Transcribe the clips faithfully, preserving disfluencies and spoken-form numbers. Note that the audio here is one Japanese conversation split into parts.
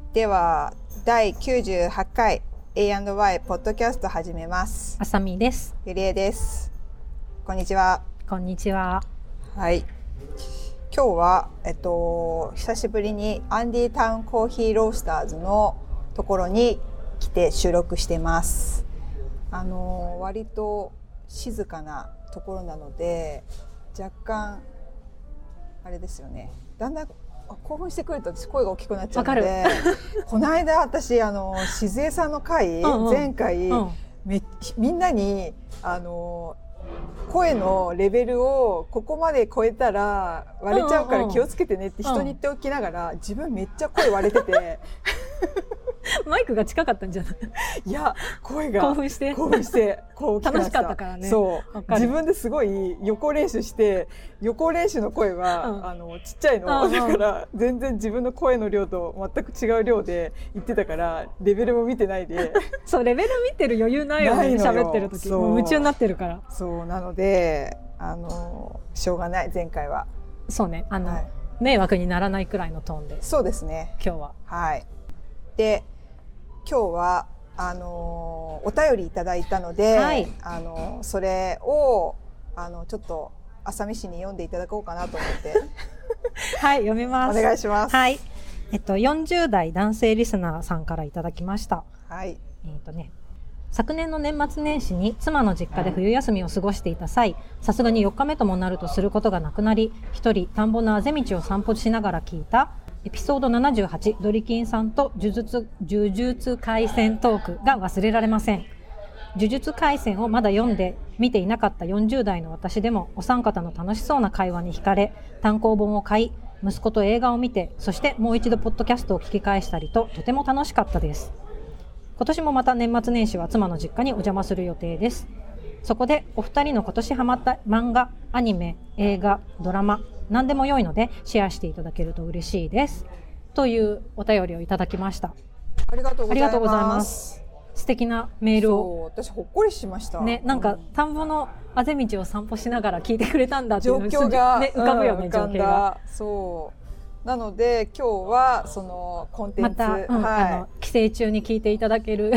ではだいきゅうじゅうはちかい エーアンドワイ ポッドキャスト始めます。 あさみです。 ゆりえです。こんにちは。 こんにちは。 はい。今日はえっと久しぶりにアンディタウンコーヒーロースターズのところに来て収録してます。あの割と静かなところなので若干あれですよね。だんだん興奮してくると私声が大きくなっちゃうのでこの間私あの静江さんの回、うんうん、前回、うん、めみんなにあの声のレベルをここまで超えたら割れちゃうから気をつけてねって人に言っておきながら、うん、自分めっちゃ声割れててマイクが近かったんじゃない？ いや声が興奮して興奮してこう大きくなった。楽しかったからね。 そう自分ですごい予行練習して予行練習の声は、うん、あのちっちゃいの、うん、だから全然自分の声の量と全く違う量で言ってたからレベルも見てないでそうレベル見てる余裕ないよね。喋ってる時もう夢中になってるから。 そうなのであのしょうがない前回はそうねあの、はい、迷惑にならないくらいのトーンで。 そうですね今日は。 はいで今日はあのお便りいただいたので、はい、あのそれをあのちょっと浅見氏に読んでいただこうかなと思ってはい読みます。 お願いします。 はい、えっとよんじゅうだい男性リスナーさんからいただきました。 はい。 えっとね昨年の年末年始に妻の実家で冬休みを過ごしていた際、さすがによっかめともなるとすることがなくなり、一人田んぼのあぜ道を散歩しながら聞いたエピソードななじゅうはちドリキンさんと呪術呪術廻戦トークが忘れられません。呪術廻戦をまだ読んで見ていなかったよんじゅうだいの私でもお三方の楽しそうな会話に惹かれ、単行本を買い息子と映画を見て、そしてもう一度ポッドキャストを聞き返したりととても楽しかったです。今年もまた年末年始は妻の実家にお邪魔する予定です。そこでお二人の今年ハマった漫画、アニメ、映画、ドラマ何でも良いのでシェアしていただけると嬉しいですというお便りをいただきました。 ありがとうございます。ありがとうございます。 素敵なメールを。 そう私ほっこりしましたね。なんか、うん、田んぼのあぜ道を散歩しながら聞いてくれたんだっていうの状況が、 ね、浮かぶよね、 うん、 情景が。 そうなので今日はそのコンテンツ、 また、うんはい、あの帰省中に聞いていただける、うん、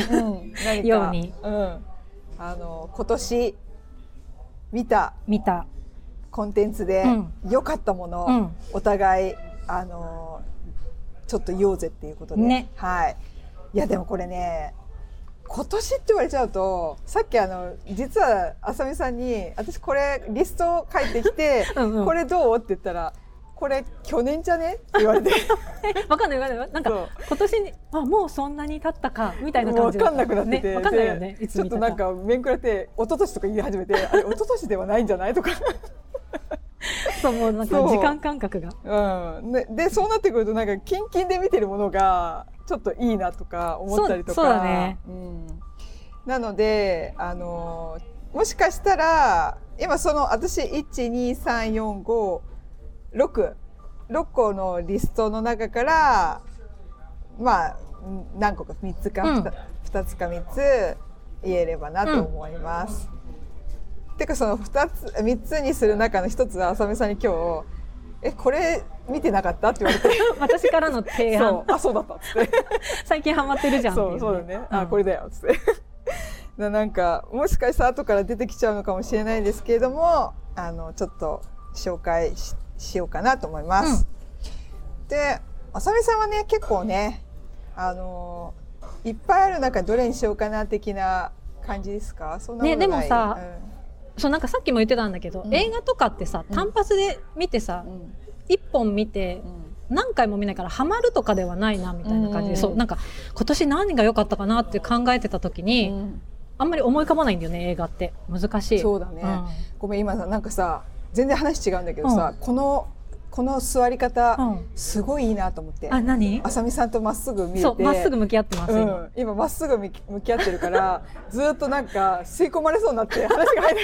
何かように、 うん、あの今年見た見たコンテンツで良かったもの、うん、お互いあのちょっと言おうぜっていうことで、 ね、 はい。いやでもこれね今年って言われちゃうとさっきあの実はあさみさんに私これリスト書いてきてうん、うん、これどうって言ったらこれ去年じゃねって言われて分かんない分かんないなんか今年にあもうそんなに経ったかみたいな感じで分かんなくなってて、 ね、分かんないよねいつ見たか。ちょっとなんか面食らって一昨年とか言い始めてあれ一昨年ではないんじゃないとかそうもうなんか時間感覚がう、うん、で, でそうなってくるとなんかキンキンで見てるものがちょっといいなとか思ったりとかそう, そうだね、 うん、なのであのもしかしたら今その私いちにさんよんごろく個のリストの中からまあ何個かみっつか 2,、うん、ふたつかみっつ言えればなと思います、うん、てかそのふたつみっつにする中のひとつはあさみさんに今日えこれ見てなかったって言われて私からの提案そうあそうだったっつって最近ハマってるじゃんっていう、ね、 そうそうだね、うん、あこれだよっつってなんかもしかしたら後から出てきちゃうのかもしれないですけれどもあのちょっと紹介 し, しようかなと思います、うん、であさみさんはね結構ねあのいっぱいある中どれにしようかな的な感じですか？そんなことない、 ね、でもさ、うん、そうなんかさっきも言ってたんだけど、うん、映画とかってさ単発で見てさ、うん、いっぽん見て、うん、何回も見ないからハマるとかではないなみたいな感じで、うん、そうなんか今年何が良かったかなって考えてた時に、うん、あんまり思い浮かばないんだよね映画って難しい。 そうだね、うん、ごめん今なんかさ全然話違うんだけどさ、うん、このこの座り方、うん、すごいいいなと思って。 あ、何？ あさみさんとまっすぐ見れて、 そうまっすぐ向き合ってます、うん、 今まっすぐ向き合ってるからずっとなんか吸い込まれそうになって話が入る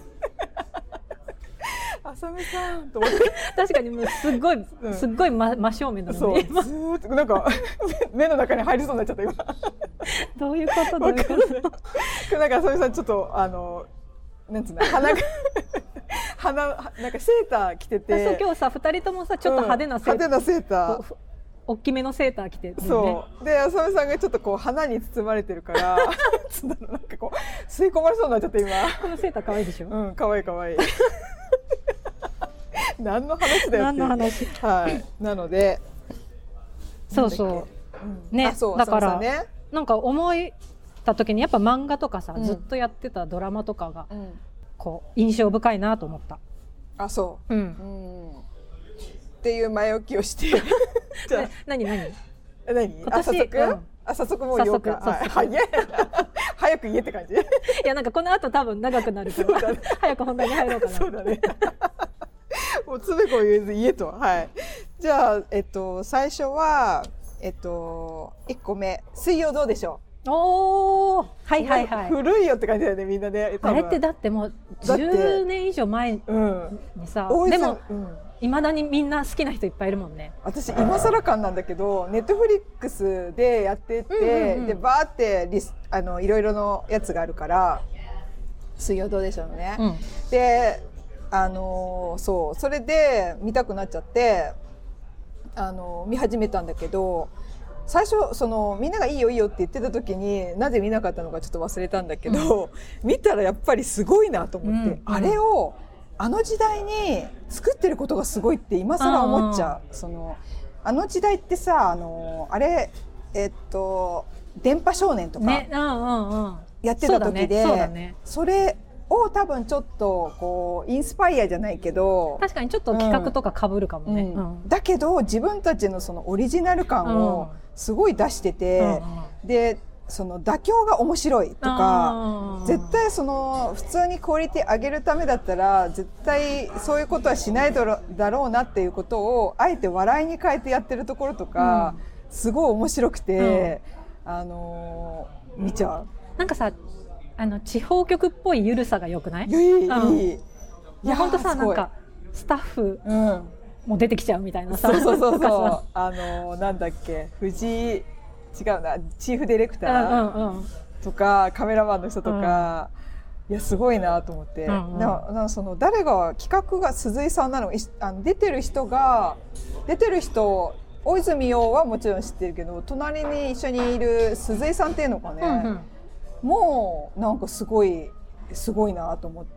あさみさんと思って確かにもうすっごい、うん、すっごい真、真正面だもんね。 そうずーっとなんか目の中に入りそうになっちゃった今どういうことどういうことなんかあさみさんちょっとあのなんつうの鼻が鼻なんかセーター着てて、 そう今日さふたりともさちょっと派手なセーター、 うん、派手なセーター大きめのセーター着てるね。 そうで浅見さんがちょっとこう花に包まれてるからなんかこう吸い込まれそうになっちゃって今。 このセーター可愛いでしょ。 うん、可愛い可愛い何の話だよって。 何の話。 はい。なのでそうそう、うん、ね、だからね、なんか思いた時にやっぱ漫画とかさ、うん、ずっとやってたドラマとかが、うん、こう印象深いなと思った。 あ、そう、うん、うん、っていう前置きをしてじゃあ何何何今年、あ、早速、うん、あ、早速もう言おうか。早い早く言えって感じ。いや、なんかこの後多分長くなるから、ね、早く本題に入ろうかな。 そうだねもうつべこ言えず言えと。はい。じゃあ、えっと、最初は、えっと、いっこめ、水曜どうでしょう。 おー、はいはいはい。 古いよって感じだよね、みんなね。 あれってだってもうじゅうねん以上前にさ、うん、でも、いま、うん、だにみんな好きな人いっぱいいるもんね。 私、今更感なんだけど、ネットフリックスでやってて、うんうんうん、で、バーってリス、あの、いろいろのやつがあるから、水曜どうでしょうね。うん、で、あのー、そうそれで見たくなっちゃって、あのー、見始めたんだけど、最初そのみんながいいよいいよって言ってた時になぜ見なかったのかちょっと忘れたんだけど、うん、見たらやっぱりすごいなと思って、うん、あれをあの時代に作ってることがすごいって今更思っちゃう。そのあの時代ってさ、あのー、あれえっと電波少年とかやってた時で、ね、そうだね、それを多分ちょっとこうインスパイアじゃないけど、 確かにちょっと企画とか被るかもね、うんうん、だけど自分たちのそのオリジナル感をすごい出してて、うんうん、でその妥協が面白いとか、絶対その普通にクオリティ上げるためだったら絶対そういうことはしないだろうなっていうことをあえて笑いに変えてやってるところとか、うん、すごい面白くて、うん、あのー、見ちゃう。 なんかさ、あの地方局っぽいゆるさが良くない？ いい、いい、うん、いや本当さ、なんかスタッフも出てきちゃうみたいなさ、 うん、そうそうそうそうあのなんだっけ、藤井違うな、チーフディレクターとか、うんうん、カメラマンの人とか、うん、いやすごいなと思って、うんうん、ななその誰が企画が鈴井さんなの、あの出てる人が出てる人大泉洋はもちろん知ってるけど、隣に一緒にいる鈴井さんっていうのかね、うんうん、もうなんかすごいすごいなと思って、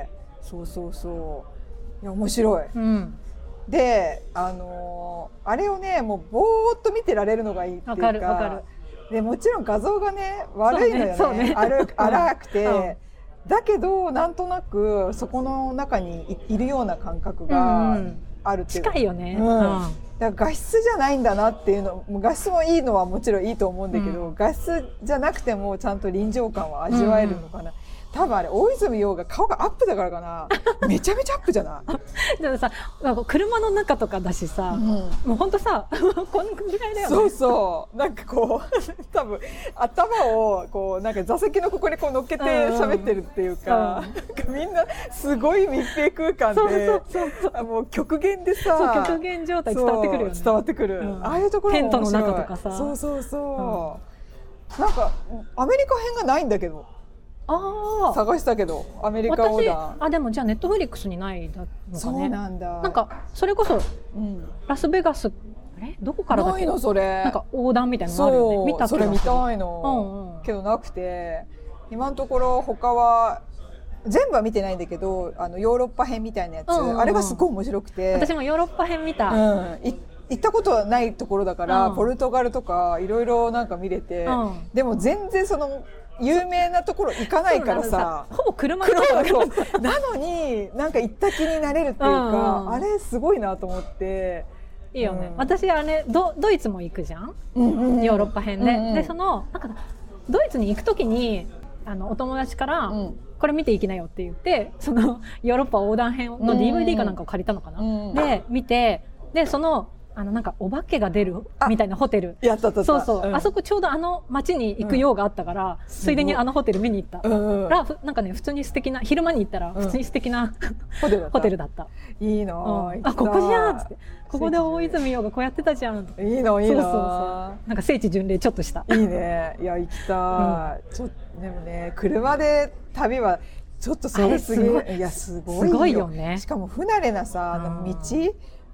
そうそうそう、いや面白い、うん、であのー、あれをねもうぼーっと見てられるのがいいっていうか、わかるわかる。でもちろん画像がね悪いのよね、そうね、そうね、荒くて、うん、だけどなんとなくそこの中に い, いるような感覚があるっていう、 近いよね、 うん、だから画質じゃないんだなっていうの、画質もいいのはもちろんいいと思うんだけど、うん、画質じゃなくてもちゃんと臨場感は味わえるのかな、うん、多分あれ大泉洋が顔がアップだからかなめちゃめちゃアップじゃないでもさ、なんか車の中とかだしさ、うん、もうほんとさこんぐらいだよね。 そうそうなんかこう多分頭をこうなんか座席のここにこう乗っけて喋ってるっていうか、うんうん、なんかみんなすごい密閉空間でそうそうそうそう、もう極限でさ、 そう極限状態伝わってくるよね。 伝わってくる、うん、ああいうところも面白い。テントの中とかさ、そうそうそう、うん、なんかアメリカ編がないんだけど、あ探したけどアメリカ横断、 あでもじゃあネットフリックスにないだのかね。 そうなんだ。 なんかそれこそ、うん、ラスベガス、あれどこからだっけ、 ないのそれ、 なんか横断みたいなのあるよね。見たそれ見たいの、うんうん、けどなくて、今のところ他は全部は見てないんだけど、あのヨーロッパ編みたいなやつ、うんうんうん、あれがすごい面白くて、 私もヨーロッパ編見た、 うん、い行ったことはないところだから、うん、ポルトガルとかいろいろなんか見れて、うん、でも全然その有名なところ行かないからさ、 ほぼ車の中だからなのになんか行った気になれるっていうか、うん、あれすごいなと思って。 いいよね、うん、私あれ ド, ドイツも行くじゃん、うんうんうん、ヨーロッパ編で、うんうん、でそのなんかドイツに行くときにあのお友達から、うん、これ見ていきなよって言って、そのヨーロッパ横断編の ディーブイディー かなんかを借りたのかな、うんうん、で見て、でそのあのなんかお化けが出るみたいなホテル、 やったったった、 そうそう、うん、あそこちょうどあの街に行く用があったから、うん、ついでにあのホテル見に行った、うんうん、らなんかね普通に素敵な、昼間に行ったら普通に素敵な、うん、ホテルだったホテルだった。 いいの、 うん、あここじゃんっつって、ここで大泉洋がこうやってたじゃん。 いいのいいの、そうそうそう、 なんか聖地巡礼ちょっとした。 いいね、いや行きたい、うん、ちょでもね車で旅はちょっとそれすぎる、いやすごいよ、 すごいよね。 しかも不慣れなさ、あの道、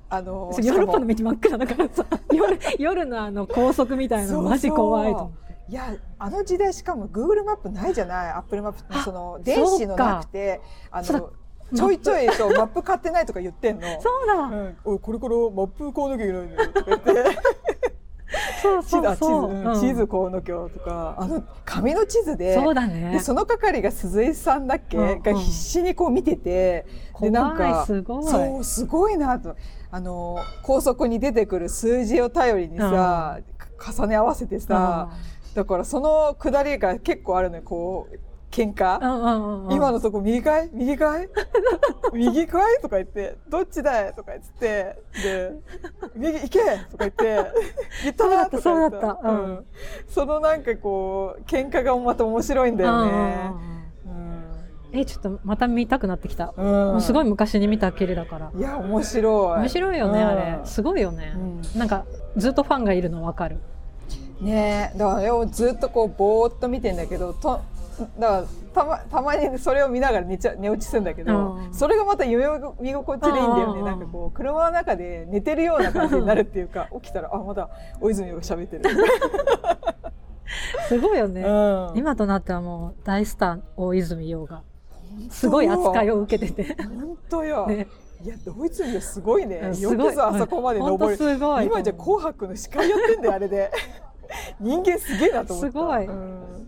あのヨーロッパの道真っ暗だからさ夜, 夜のあの高速みたいなのマジ怖いと思って。 いやあの時代しかも Google マップないじゃない。 Apple マップその電子のなくてあのちょいちょいそうマップ買ってないとか言ってんの。 そうだ、 うん、おいこれからマップ買わなきゃいけないんだよとか言ってそうそうそう、 地図、うん、地図買わなきゃとか、あの紙の地図で、 そうだね、 でその係が鈴井さんだっけ、うんうん、が必死にこう見てて、 でなんかすごいそうすごいなと、あの高速に出てくる数字を頼りにさ、うん、重ね合わせてさ、うん、だからその下りが結構あるのよ、こう喧嘩、うんうんうん、今のとこ右かい右かい右かいとか言ってどっちだいとか言ってで右行けとか言って言ったなとか言った、うん、そのなんかこう喧嘩がまた面白いんだよね。 うんうん、えちょっとまた見たくなってきた、うん、もうすごい昔に見たきりだから。 いや面白い面白いよね、うん、あれすごいよね、うん、なんかずっとファンがいるの分かるね。だからずっとこうぼーっと見てんだけどとだからた ま, たまにそれを見ながら 寝, ちゃ寝落ちするんだけど、うん、それがまた夢見心地でいいんだよね。なんかこう車の中で寝てるような感じになるっていうか起きたらあまだ大泉洋が喋ってるすごいよね、うん、今となってはもう大スター大泉洋がすごい扱いを受けてて本当よ、ね、いや大泉洋すごいね、よくぞあそこまで登る、 すごい今じゃ紅白の司会やってんだよあれで人間すげえなと思った。 すごい、 うん、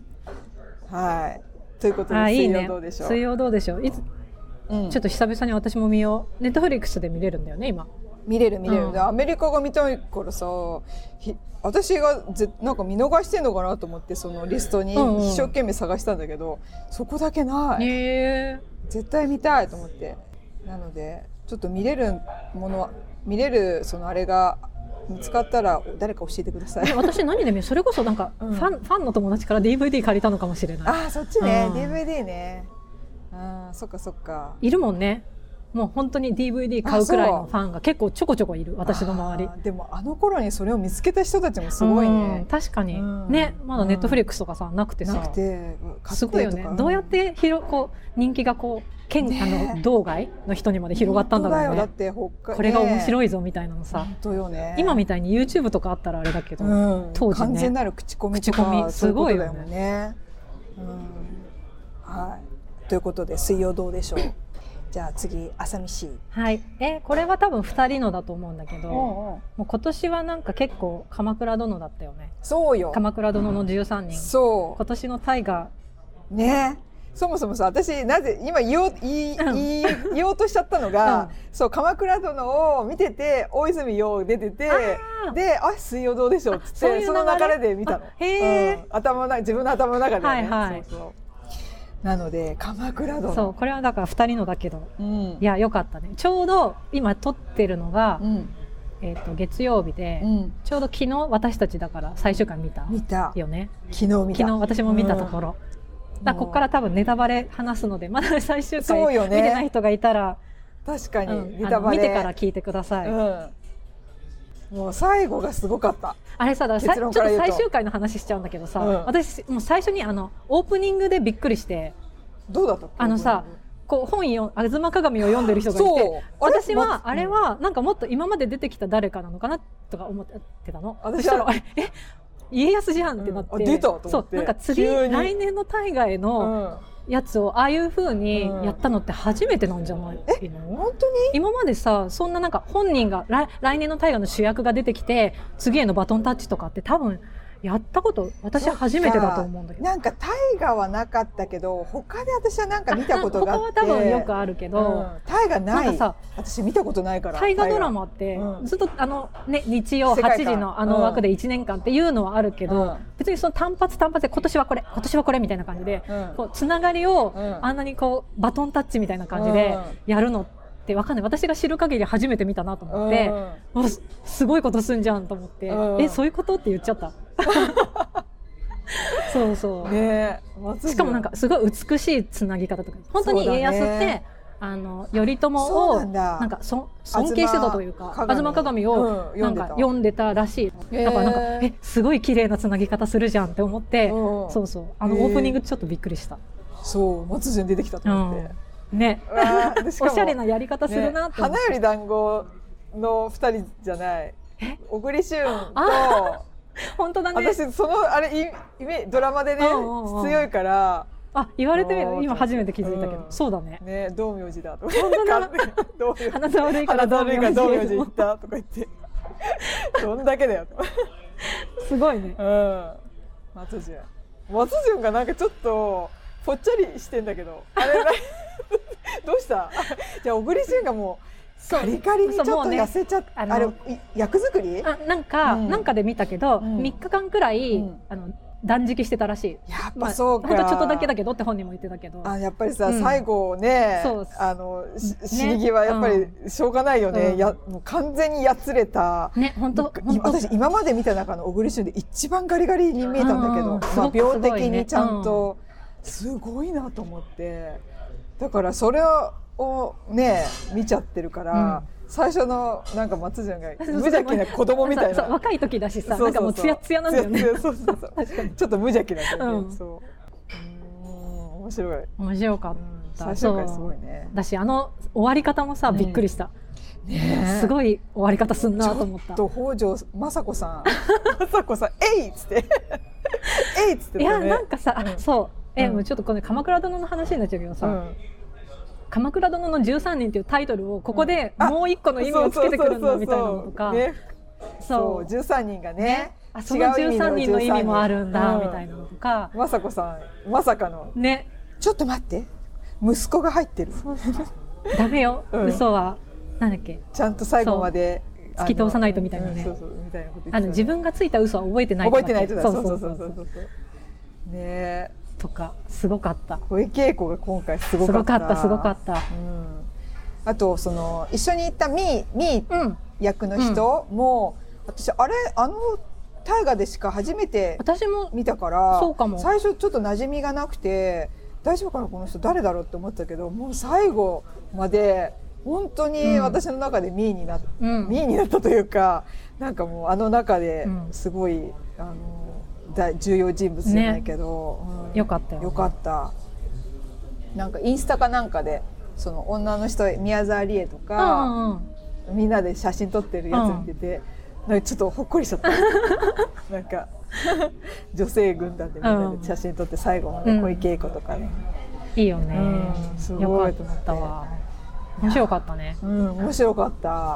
はいということで、水曜どうでしょう。 水曜どうでしょう。いつ、うん、ちょっと久々に私も見よう。ネットフリックスで見れるんだよね今。 見れる見れる、うん、アメリカが見たいからさ、私がぜなんか見逃してんのかなと思ってそのリストに一生懸命探したんだけど、うんうん、そこだけない。 へー、 絶対見たいと思って。なのでちょっと見れるものは見れるそのあれが見つかったら誰か教えてください。 私何で見る？それこそなんかファン、うん、ファンの友達から ディーブイディー 借りたのかもしれない。 ああそっちね、ディーブイディー ね。ああそっかそっか。 いるもんね。もう本当に ディーブイディー 買うくらいのファンが結構ちょこちょこいる、私の周り。 でもあの頃にそれを見つけた人たちもすごいね。 うん、確かに、うん、ね、まだネットフリックスとかさ、うん、なくてさ、 なくてすごいよね。どうやって広こう人気がこう県、ね、あの道外の人にまで広がったんだろうね。 だよ、だって北海これが面白いぞみたいなのさ、 本当よね。 今みたいに YouTube とかあったらあれだけど、うん、当時ね完全なる口コミとか口コミすごいよね。 ね、うん、はい。ということで水曜どうでしょう。じゃあ次朝見市。 はい。えこれは多分ふたりのだと思うんだけど、おうおうもう今年はなんか結構鎌倉殿だったよね。 そうよ。 鎌倉殿のじゅうさんにん。 そう。 今年の大河ね。そもそもさ、私なぜ今言おう、言い、うん、言い、言おうとしちゃったのが、うん、そう鎌倉殿を見てて大泉洋出てて、であ水曜どうでしょうっつって そ, その流れで見たの。へー、うん、頭の自分の頭の中でね。はいはい、そうそうなので鎌倉殿。 そうこれはだからふたりのだけど、うん、いやよかったね。ちょうど今撮ってるのが、うん、えー、と月曜日で、うん、ちょうど昨日私たちだから最終回見た見たよね。 昨日見た。 昨日私も見たところ、うん、だここから多分ネタバレ話すのでまだ最終回見てない人がいたら、 確かに、 うん、ネタバレ見てから聞いてください、うん、 もう最後がすごかった。 あれさだからちょっと最終回の話しちゃうんだけどさ、うん、私もう最初にあのオープニングでびっくりして。 どうだった？ あのさこう本よ吾妻鏡を読んでる人がいて、私はあれはなんかもっと今まで出てきた誰かなのかなとか思ってたの。私はえ家康じゃんってなって、うん、 出たと思って、そうなんか次来年の大河へのやつをああいう風にやったのって初めてなんじゃないの？ え本当に？ 今までさそんななんか本人が 来, 来年の大河の主役が出てきて次へのバトンタッチとかって多分やったこと私は初めてだと思うんだけど、 なんか大河はなかったけど他で私はなんか見たことがあって、 ここは多分よくあるけど、うん、 大河ない。なんかさ私見たことないから。 大河ドラマって、うん、ずっとあの、ね、日曜はちじのあの枠でいちねんかんっていうのはあるけど、うん、別にその単発単発で今年はこれ今年はこれみたいな感じで、うん、こうつながりを、うん、あんなにこうバトンタッチみたいな感じでやるのってわかんない。私が知る限り初めて見たなと思って、うん、すごいことすんじゃんと思って、うん、えそういうことって言っちゃったそうそう、ね、しかもなんかすごい美しいつなぎ方とか本当に家康って、ね、あの頼朝をなんかそ尊敬してたというか吾妻鏡をなんか読んでたらしい。だからなんかえすごい綺麗なつなぎ方するじゃんって思って、うん、そうそうあのオープニングちょっとびっくりした。 そう松潤出てきたと思って、 うん、ねおしゃれなやり方するなって、 ね、花より団子のふたりじゃない。小栗旬と本当だね。 私そのあれイメドラマでね強いから。 あ、言われて今初めて気づいたけど、うん、そうだね。 ね、道明寺だとか。 本当だ。鼻ざわるいから道明寺行ったとか言って。どんだけだよと。 すごいね。 うん。松潤。松潤がなんかちょっとぽっちゃりしてんだけど、あれどうした？じゃあ小栗旬がもうカリカリにちょっと痩せちゃって、あれ役作り？ あ、なんか、うん、なんかで見たけど、うん、みっかかんくらい、うん、あの断食してたらしい。 やっぱそうか。 まあ、ほんとちょっとだけだけどって本人も言ってたけど。 あ、やっぱりさ、うん、最後ね、そうあの死に際やっぱりしょうがないよね。うん、やもう完全にやつれた。 ね、本当。 私今まで見た中の小栗旬で一番ガリガリに見えたんだけど、まあ病的にちゃんとすごいなと思って、だからそれをね見ちゃってるから。うん、最初のなんか松潤が無邪気な子供みたいな、 若い時だしさ、なんかもうツヤツヤなんだよね。 そうそうそう。ちょっと無邪気なんだよね。うん、そう。うん、面白い。 面白かった。 うん、最初からすごいね。 だしあの終わり方もさ、びっくりした。うん、ね、すごい終わり方すんなと思った。 ちょっと北条政子さん、政子さん、えいっつって、えいっつって、ね。 いやなんかさ、うん、そう、え、うん、もうちょっとこの鎌倉殿の話になっちゃうけどさ。うん、鎌倉殿のじゅうさんにんというタイトルをここでもう一個の意味をつけてくるんだみたいなのとか、 そうじゅうさんにんがね、 あ、そのじゅうさんにんの意味もあるんだみたいなのとか、 雅子さんまさかのね、ちょっと待って息子が入ってる、 ダメよ、嘘はなんだっけ、 ちゃんと最後まで突き通さないとみたいなね、あの自分がついた嘘は覚えてない、 覚えてないとだ、そうそうそうそうね。 とかすごかった。 小池栄子が今回すごかった。 すごかったすごかった。うん、 あとその一緒に行ったミーミー役の人も、うん、私あれあの大河でしか初めて見たから、 そうかも。 最初ちょっと馴染みがなくて大丈夫かなこの人誰だろうって思ったけど、もう最後まで本当に私の中でミーになっ、うん、ミーになったというか、なんかもうあの中ですごい、うん、あの大重要人物じゃないけど、 ね、うん、よかったよ、ね、 よかった。なんかインスタかなんかでその女の人宮沢りえとか、うんうん、みんなで写真撮ってるやつ見てて、うん、なんかちょっとほっこりしちゃったなんか女性軍団でみんなで写真撮って最後まで小池栄子とかね、 うん、いいよね、 うん、すごいと思ったわ。面白かったね。 うん、面白かった。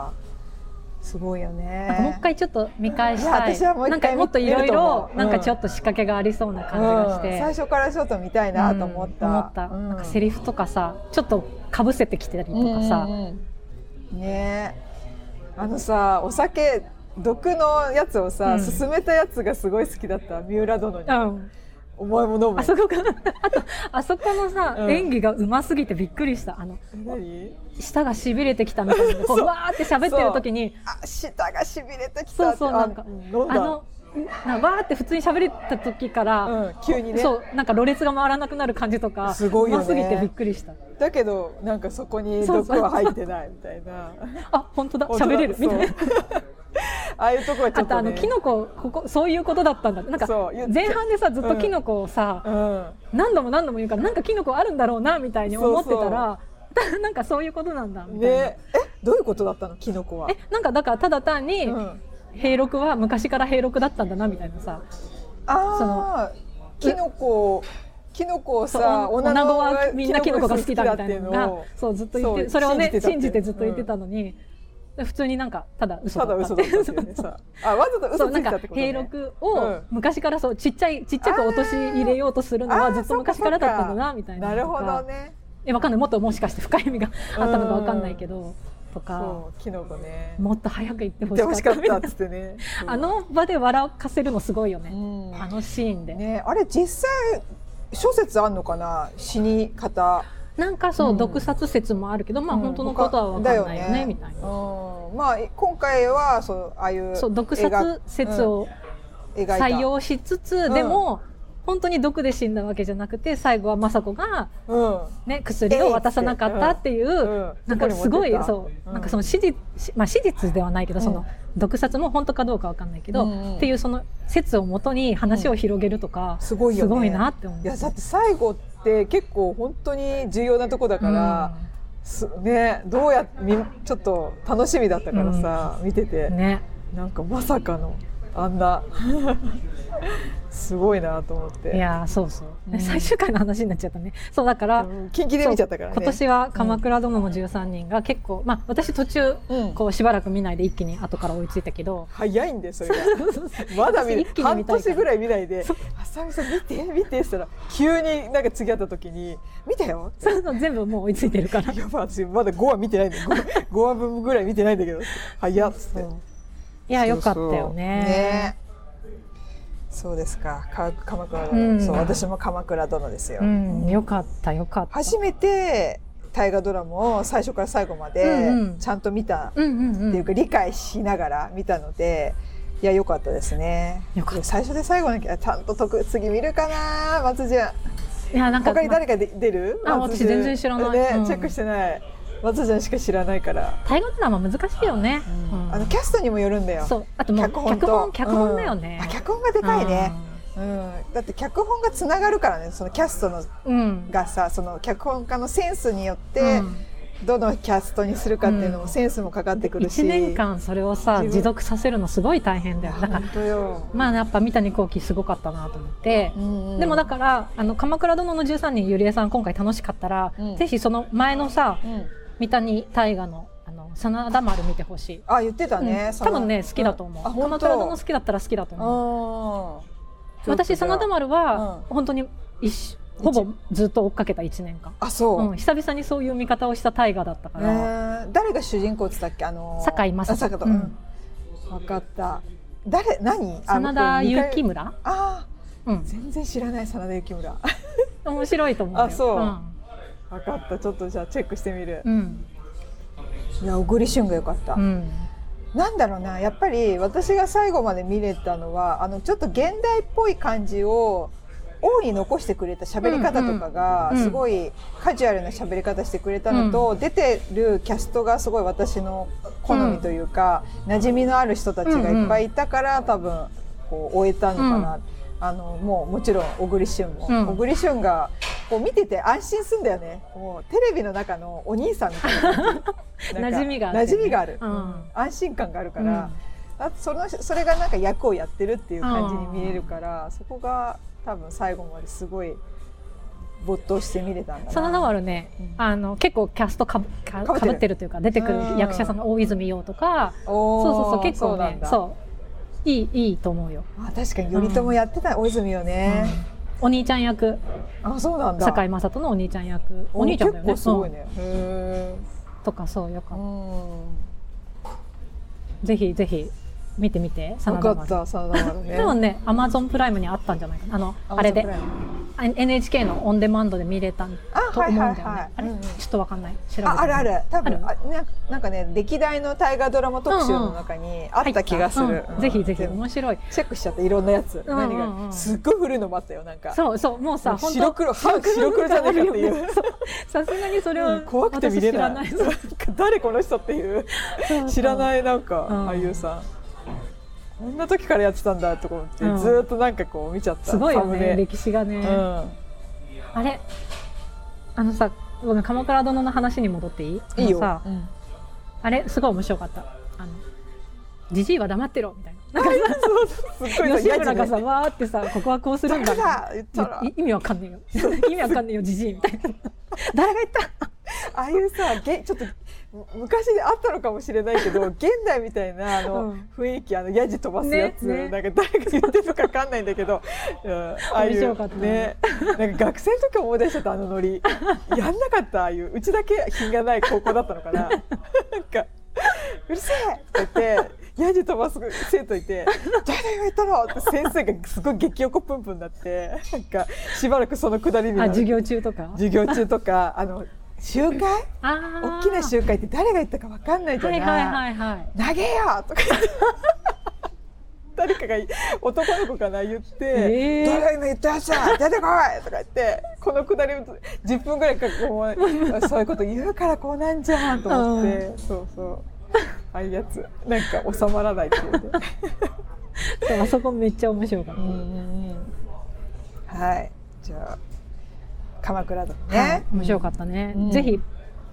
すごいよね。 もう一回ちょっと見返したい。私はもう一回なんかもっといろいろなんかちょっと仕掛けがありそうな感じがして、うん、 最初からちょっと見たいなと思った。 うん、思った。うん、なんかセリフとかさ、ちょっとかぶせてきてたりとかさ、うんうん、ね。あのさ、お酒毒のやつをさ、うん、勧めたやつがすごい好きだった。三浦殿に。うん、お前も飲む。 あそこかあとあそこのさ、うん、演技がうますぎてびっくりした。あの何舌がしびれてきたみたいなこうわーって喋ってる時にあ舌がしびれてきたって、 そうそう、なんかあのなわーって普通に喋れた時から、うん、 急にね、 そうなんかろれつが回らなくなる感じとかすごいよね、 うますぎてびっくりした。 だけどなんかそこに毒は入ってないみたいなあ本当だ喋れるみたいなああいうとこはちょっと、ね、あとあのキノコここそういうことだったんだ。なんか前半でさずっとキノコをさ、うん、何度も何度も言うからなんかキノコあるんだろうなみたいに思ってたら、そうそうなんかそういうことなんだみたいな、ね、 えどういうことだったのキノコは。 えなんかだからただ単に、うん、平六は昔から平六だったんだなみたいなさ。 あそのキノコキノコをさおなごはみんなキノコが好きだみたいなのがそうずっと言って そ, それをね信じてずっと言ってたのに。うん、普通になんかただ嘘だったっていう、ね、 あわざと嘘ついたってことね。 平六を昔からそうちっちゃいちっちゃく落とし入れようとするのはずっと昔からだったんだなみたいな。 なるほどね。 えわかんない、もっともしかして深い意味があったのかわかんないけど、とかそうキノコねもっと早く言ってほしかったっつってねあの場で笑かせるのすごいよね、うん、あのシーンで、 ね、あれ実際諸説あんのかな死に方。 なんかそう、うん、毒殺説もあるけど、まあ、うん、本当のことは分かんないよね、ねみたいな、 うん、まあ今回はそうああいうそう毒殺説を採用しつつ、うん、でも本当に毒で死んだわけじゃなくて最後は政子が、うんね、薬を渡さなかったっていう、うん、なんかすごいそう、うん、なんかその史実、まあ、史実ではないけど、うん、その毒殺も本当かどうか分かんないけど、うん、っていうその説をもとに話を広げるとか、うん、すごいよね、すごいなって思う。 いやだって最後って結構本当に重要なとこだから、うん、 すね、どうやってみちょっと楽しみだったからさ、うん、見てて、 ね、 なんかまさかのあんなすごいなと思って。 いやそうそう、うん、最終回の話になっちゃったね。そうだから、うん、 近畿で見ちゃったからね。 今年は鎌倉殿のじゅうさんにんが結構、まあ私途中、うん、こうしばらく見ないで一気に後から追いついたけど、 早いんでそれがまだ見半年ぐらい見ないで「あさみさん見て見て」って言ったら急になんか次会った時に「見たよ」ってそう全部もう追いついてるからいや私まだごわ見てないんだよ 5, ごわぶんぐらい見てないんだけど早っつって。 いやよかったよ ね, ね。そうですか、鎌倉殿、うん、そう私も鎌倉殿ですよ、うん、 よかったよかった。 初めて大河ドラマを最初から最後までちゃんと見たっていうか理解しながら見たので、いや良かったですね。最初で最後にちゃんと得次見るかな松潤。いやなんか他に誰かで出る？ あ私全然知らない、 ねうん、チェックしてない。松潤しか知らないから。 大河ドラマ難しいよね、 うんうん、あのキャストにもよるんだよ。 そうあともう脚本と脚本、脚本だよね、 うん、あ脚本がでかいね、うん、だって脚本がつながるからね。そのキャストの、うん、がさその脚本家のセンスによって、うん、どのキャストにするかっていうのもセンスもかかってくるし、 いちねんかんそれをさ持続させるのすごい大変だよ。だからまあやっぱ三谷幸喜すごかったなと思って、うんうん、でもだからあの鎌倉殿のじゅうさんにんゆりえさん今回楽しかったら、うん、ぜひその前のさ、うん三谷大河のあの真田丸見てほしい。 あ言ってたね、 うん、多分ね好きだと思う。鎌倉殿好きだったら好きだと思う。私真田丸は、うん、本当に一ほぼずっと追っかけたいちねんかん。 あそう、 うん、久々にそういう見方をした大河だったから、 えー、誰が主人公って言ったっけ、あのー、 堺雅人、うん、 分かった。誰何真田幸村。 あ、うん、全然知らない真田幸村面白いと思うよ。 あそう、 うん分かった、ちょっとじゃあチェックしてみる、うん、いや小栗旬が良かった、うん、なんだろうな、やっぱり私が最後まで見れたのはあのちょっと現代っぽい感じを大いに残してくれた喋り方とかが、うんうん、すごいカジュアルな喋り方してくれたのと、うん、出てるキャストがすごい私の好みというか、うん、馴染みのある人たちがいっぱいいたから、うんうん、多分こう終えたのかな、うん、あのもうもちろん小栗旬も、うん、小栗旬がこう見てて安心すんだよね。もうテレビの中のお兄さんみたいな感じ馴染みがある、ね、 馴染みがある、うん、安心感があるから、うん、あそのそれがなんか役をやってるっていう感じに見えるから、そこが多分最後まですごい没頭して見れたんだな。 真田丸ね、うん、あの結構キャストかぶ、かぶってるというか出てくる役者さんの大泉洋とか、うん、そうそうそう結構ね、そういいいいと思うよ。 あ確かに頼朝やってた、うん、大泉洋ね、 うん、お兄ちゃん役。 あそうなんだ。 堺雅人のお兄ちゃん役。お兄ちゃんだよね。 結構すごいね、うん、へーとかそうよかった。ぜひぜひ見てみて。 真田丸。真田丸ね。 でもね、アマゾンプライムにあったんじゃないかな。あのあれで エヌエイチケー のオンデマンドで見れたと思うんだよね。あれちょっとわかんない。調べて。 ああるある。多分あなんかね歴代の大河ドラマ特集の中にあった気がする。 ぜひぜひ面白い。 チェックしちゃっていろんなやつ。何がすっごい古いのもあったよなんか。 そうそうもうさ本当白黒白黒じゃないかっていう。 さすがにそれは怖くて見れない。誰この人っていう知らないなんか俳優さん。こんな時からやってたんだと思って、うん、ずっとなんかこう見ちゃった。 すごいよね歴史がね、うん、あれあのさ鎌倉殿の話に戻っていい？いいよ、さ、うん、あれすごい面白かった。あのジジイは黙ってろみたいな。なんかさ吉村がさわーってさここはこうするんだ意味わかんねえよ意味わかんねえよジジイみたいな誰が言ったああいうさげちょっと昔あったのかもしれないけど現代みたいなあの、うん、雰囲気あのヤジ飛ばすやつ、ねね、なんか誰が言ってるのか分かんないんだけど、うん、ああいうねなんか学生の時思い出しちゃったあのノリやんなかったああいううちだけ品がない高校だったのかななんかうるせえって言ってヤジ飛ばす生徒いて「誰が言ったの?」って先生がすごい激横プンプンになってなんかしばらくそのくだりになる。 授業中とか授業中とかあの集会大きな集会って誰が言ったか分かんないじゃない。はいはいはいはい、投げよとか言って誰かが男の子かな言って、えー、誰が言ったやつだ出てこいとか言ってこのくだりをじゅっぷんぐらいかこうそういうこと言うからこうなんじゃんと思って、うん、そうそうああいうやつなんか収まらないっていうねそうあそこめっちゃ面白かった。うんうん、 はいじゃあ鎌倉殿ね、はい、 面白かったね、うん、ぜひ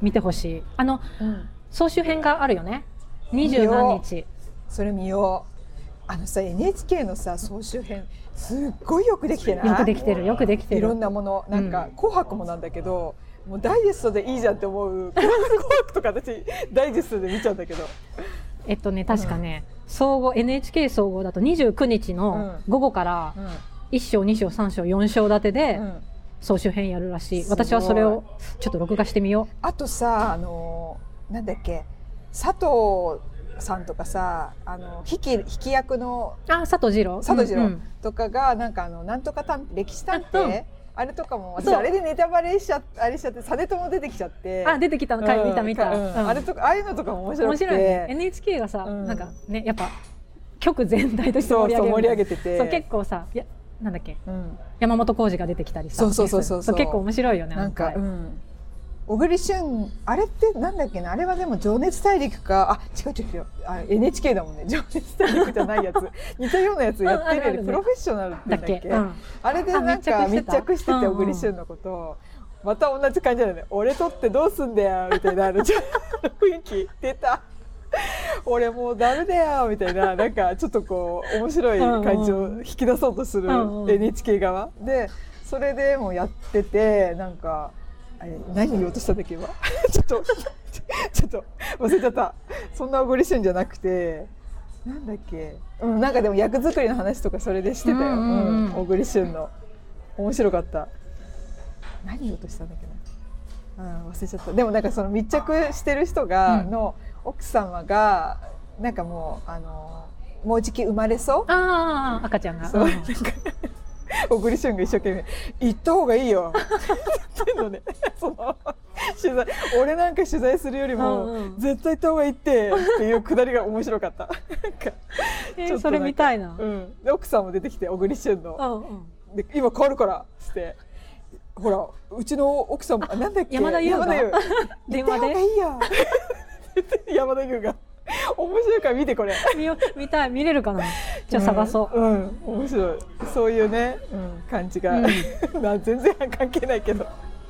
見てほしい。あの、 うん、 総集編があるよね。二十何日。 それ見よう。あのさ エヌエイチケー のさ総集編すっごいよくできてない？ よくできてるよくできてる。 いろんなものなんか、うん、紅白もなんだけど、もうダイジェストでいいじゃんって思う。紅白とか私ダイジェストで見ちゃうんだけど。 えっとね確かね、うん、総合 エヌエイチケー 総合だとにじゅうくにちの午後からいっ章に章さん章よん章立てで総集編やるらしい。私はそれをちょっと録画してみよう。 あとさあのなんだっけ佐藤さんとかさあの引き引き役のあ佐藤二郎佐藤二郎、 うんうん、 とかがなんかあのなんとか探歴史探偵、うん、あれとかも私そうあれでネタバレしちゃあれしちゃって実朝出てきちゃってあ出てきたの回、うん、見た見た、 うんうん、あれとかああいうのとかも面白くて面白い、 ね、エヌエイチケー がさ、うん、なんかねやっぱ局全体として盛り上げるそうそう盛り上げててそう結構さいやなんだっけ、うん、山本浩二が出てきたりさそうそうそうそうそう結構面白いよねなんか、うん、小栗旬あれってなんだっけなあれはでも情熱大陸かあ違う違う違うあ エヌエイチケー だもんね情熱大陸じゃないやつ似たようなやつやってるよね、プロフェッショナルって言うんだっけ、うん、あれでなんか密着してて小栗旬のことを、うん、また同じ感じだよね俺とってどうすんだよみたいな雰囲気出た俺もうダメだよみたいななんかちょっとこう面白い感じを引き出そうとする エヌエイチケー 側でそれでもやっててなんか何言おうとしたんだっけ今ちょっとちょっと忘れちゃった。そんな小栗旬じゃなくてなんだっけ、うん、なんかでも役作りの話とかそれでしてたよ、うんうんうん、小栗旬の面白かった。何言おうとしたんだっけな、うん、忘れちゃった。でもなんかその密着してる人が、うん、の奥様がなんかもうあのもうじき生まれそうあ赤ちゃんがそう、うん、なんか小栗旬が一生懸命行った方がいいよっての、ね、その取材俺なんか取材するよりも、うんうん、絶対行った方がいいってっていうくだりが面白かったなんかえー、それ見たいな、 うん、で奥さんも出てきて小栗旬の、うんうん、で今変わるからってほらうちの奥さんもなんだっけ山田優が電話で行った方がいいよ山田優が面白いから見てこれ見, よ見たい見れるかなじゃあ探そう、 うんうん、面白いそういうね、うん、感じが、うん、全然関係ないけど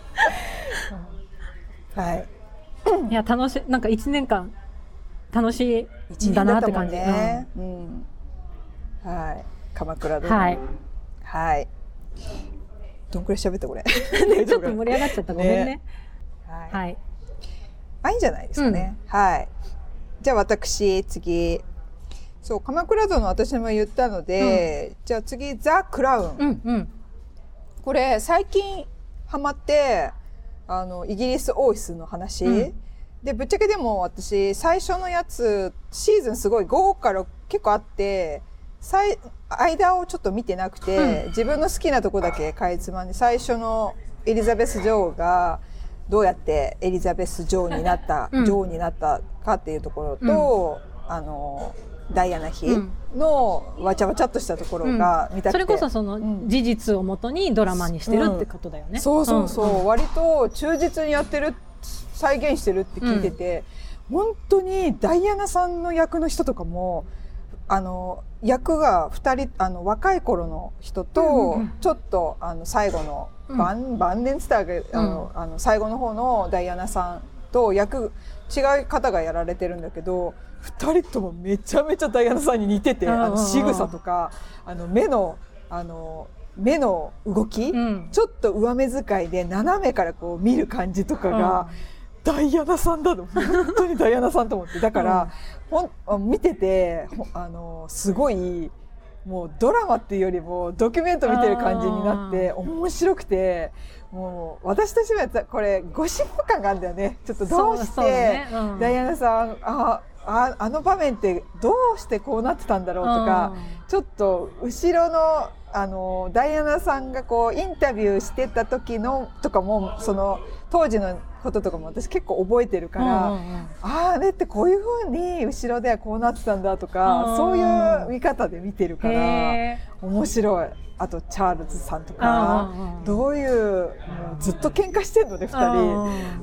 はいいや楽しいなんかいちねんかん楽しいんだなって感じね、うんうん、はい鎌倉ではい、 はい、どんくらい喋ったこれちょっと盛り上がっちゃったごめんね、 ねはい、 はい、 あいいんじゃないですかね、うん、はいじゃあ私次そう鎌倉殿私も言ったので、うん、じゃあ次ザ・クラウン、 うんうん、 これ最近ハマってあのイギリス王室の話、うん、でぶっちゃけでも私最初のやつシーズンすごいごから結構あって最間をちょっと見てなくて、うん、自分の好きなとこだけかいつまんで最初のエリザベス女王がどうやってエリザベス女王になった、うん、女王になったかっていうところと、うん、あのダイアナ妃のわちゃわちゃっとしたところが見たくて、うん、 それこそその事実をもとにドラマにしてるってことだよね、うん、 そうそうそう、うんうん、割と忠実にやってる再現してるって聞いてて、うん、本当にダイアナさんの役の人とかもあの役がふたりあの若い頃の人と、うんうんうん、ちょっとあの最後の晩、うん、晩年って言ったらあの、うん、あの最後の方のダイアナさんと役違い方がやられてるんだけどふたりともめちゃめちゃダイアナさんに似てて、あの仕草とかあの目のあの目の動き、うん、ちょっと上目遣いで斜めからこう見る感じとかが、うん、ダイアナさんだと本当にダイアナさんと思ってだから、うん、ほん見ててあのすごいもうドラマっていうよりもドキュメント見てる感じになって面白くてもう私としてはこれゴシップ感があるんだよね。ちょっとどうして、ねうん、ダイアナさんあああの場面ってどうしてこうなってたんだろうとかちょっと後ろのあのダイアナさんがこうインタビューしてた時のとかもその当時のこととかも私結構覚えてるから、うんうんうん、ああれってこういう風に後ろではこうなってたんだとか、うん、そういう見方で見てるから面白い。あとチャールズさんとか、うんうん、どういうもうずっと喧嘩してんのねふたり、うん、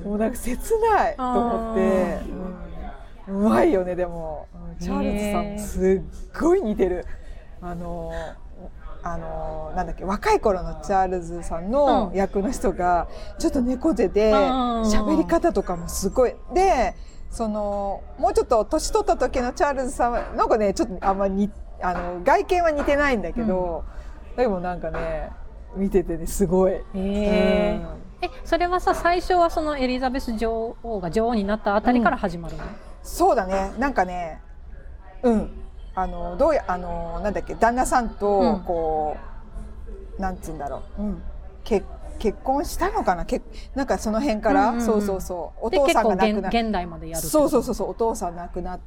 もうなんか切ないと思って、うん、うまいよね。でもチャールズさんもすっごい似てる。あのあのなんだっけ若い頃のチャールズさんの役の人がちょっと猫背で喋り方とかもすごいでそのもうちょっと年取った時のチャールズさんはなんかねちょっとあんまりあの外見は似てないんだけど、うん、でもなんかね見ててねすごい。 えーうん、えそれはさ最初はそのエリザベス女王が女王になったあたりから始まるの？うん、 そうだねなんかねうんあのどうやあのなんだっけ旦那さんとこう、うん、なんつうんだろう、うん、結結婚したのかなけなんかその辺から、うんうんうん、そうそうそうお父さんが亡くなって現代までやるそうそうそうそうお父さん亡くなって、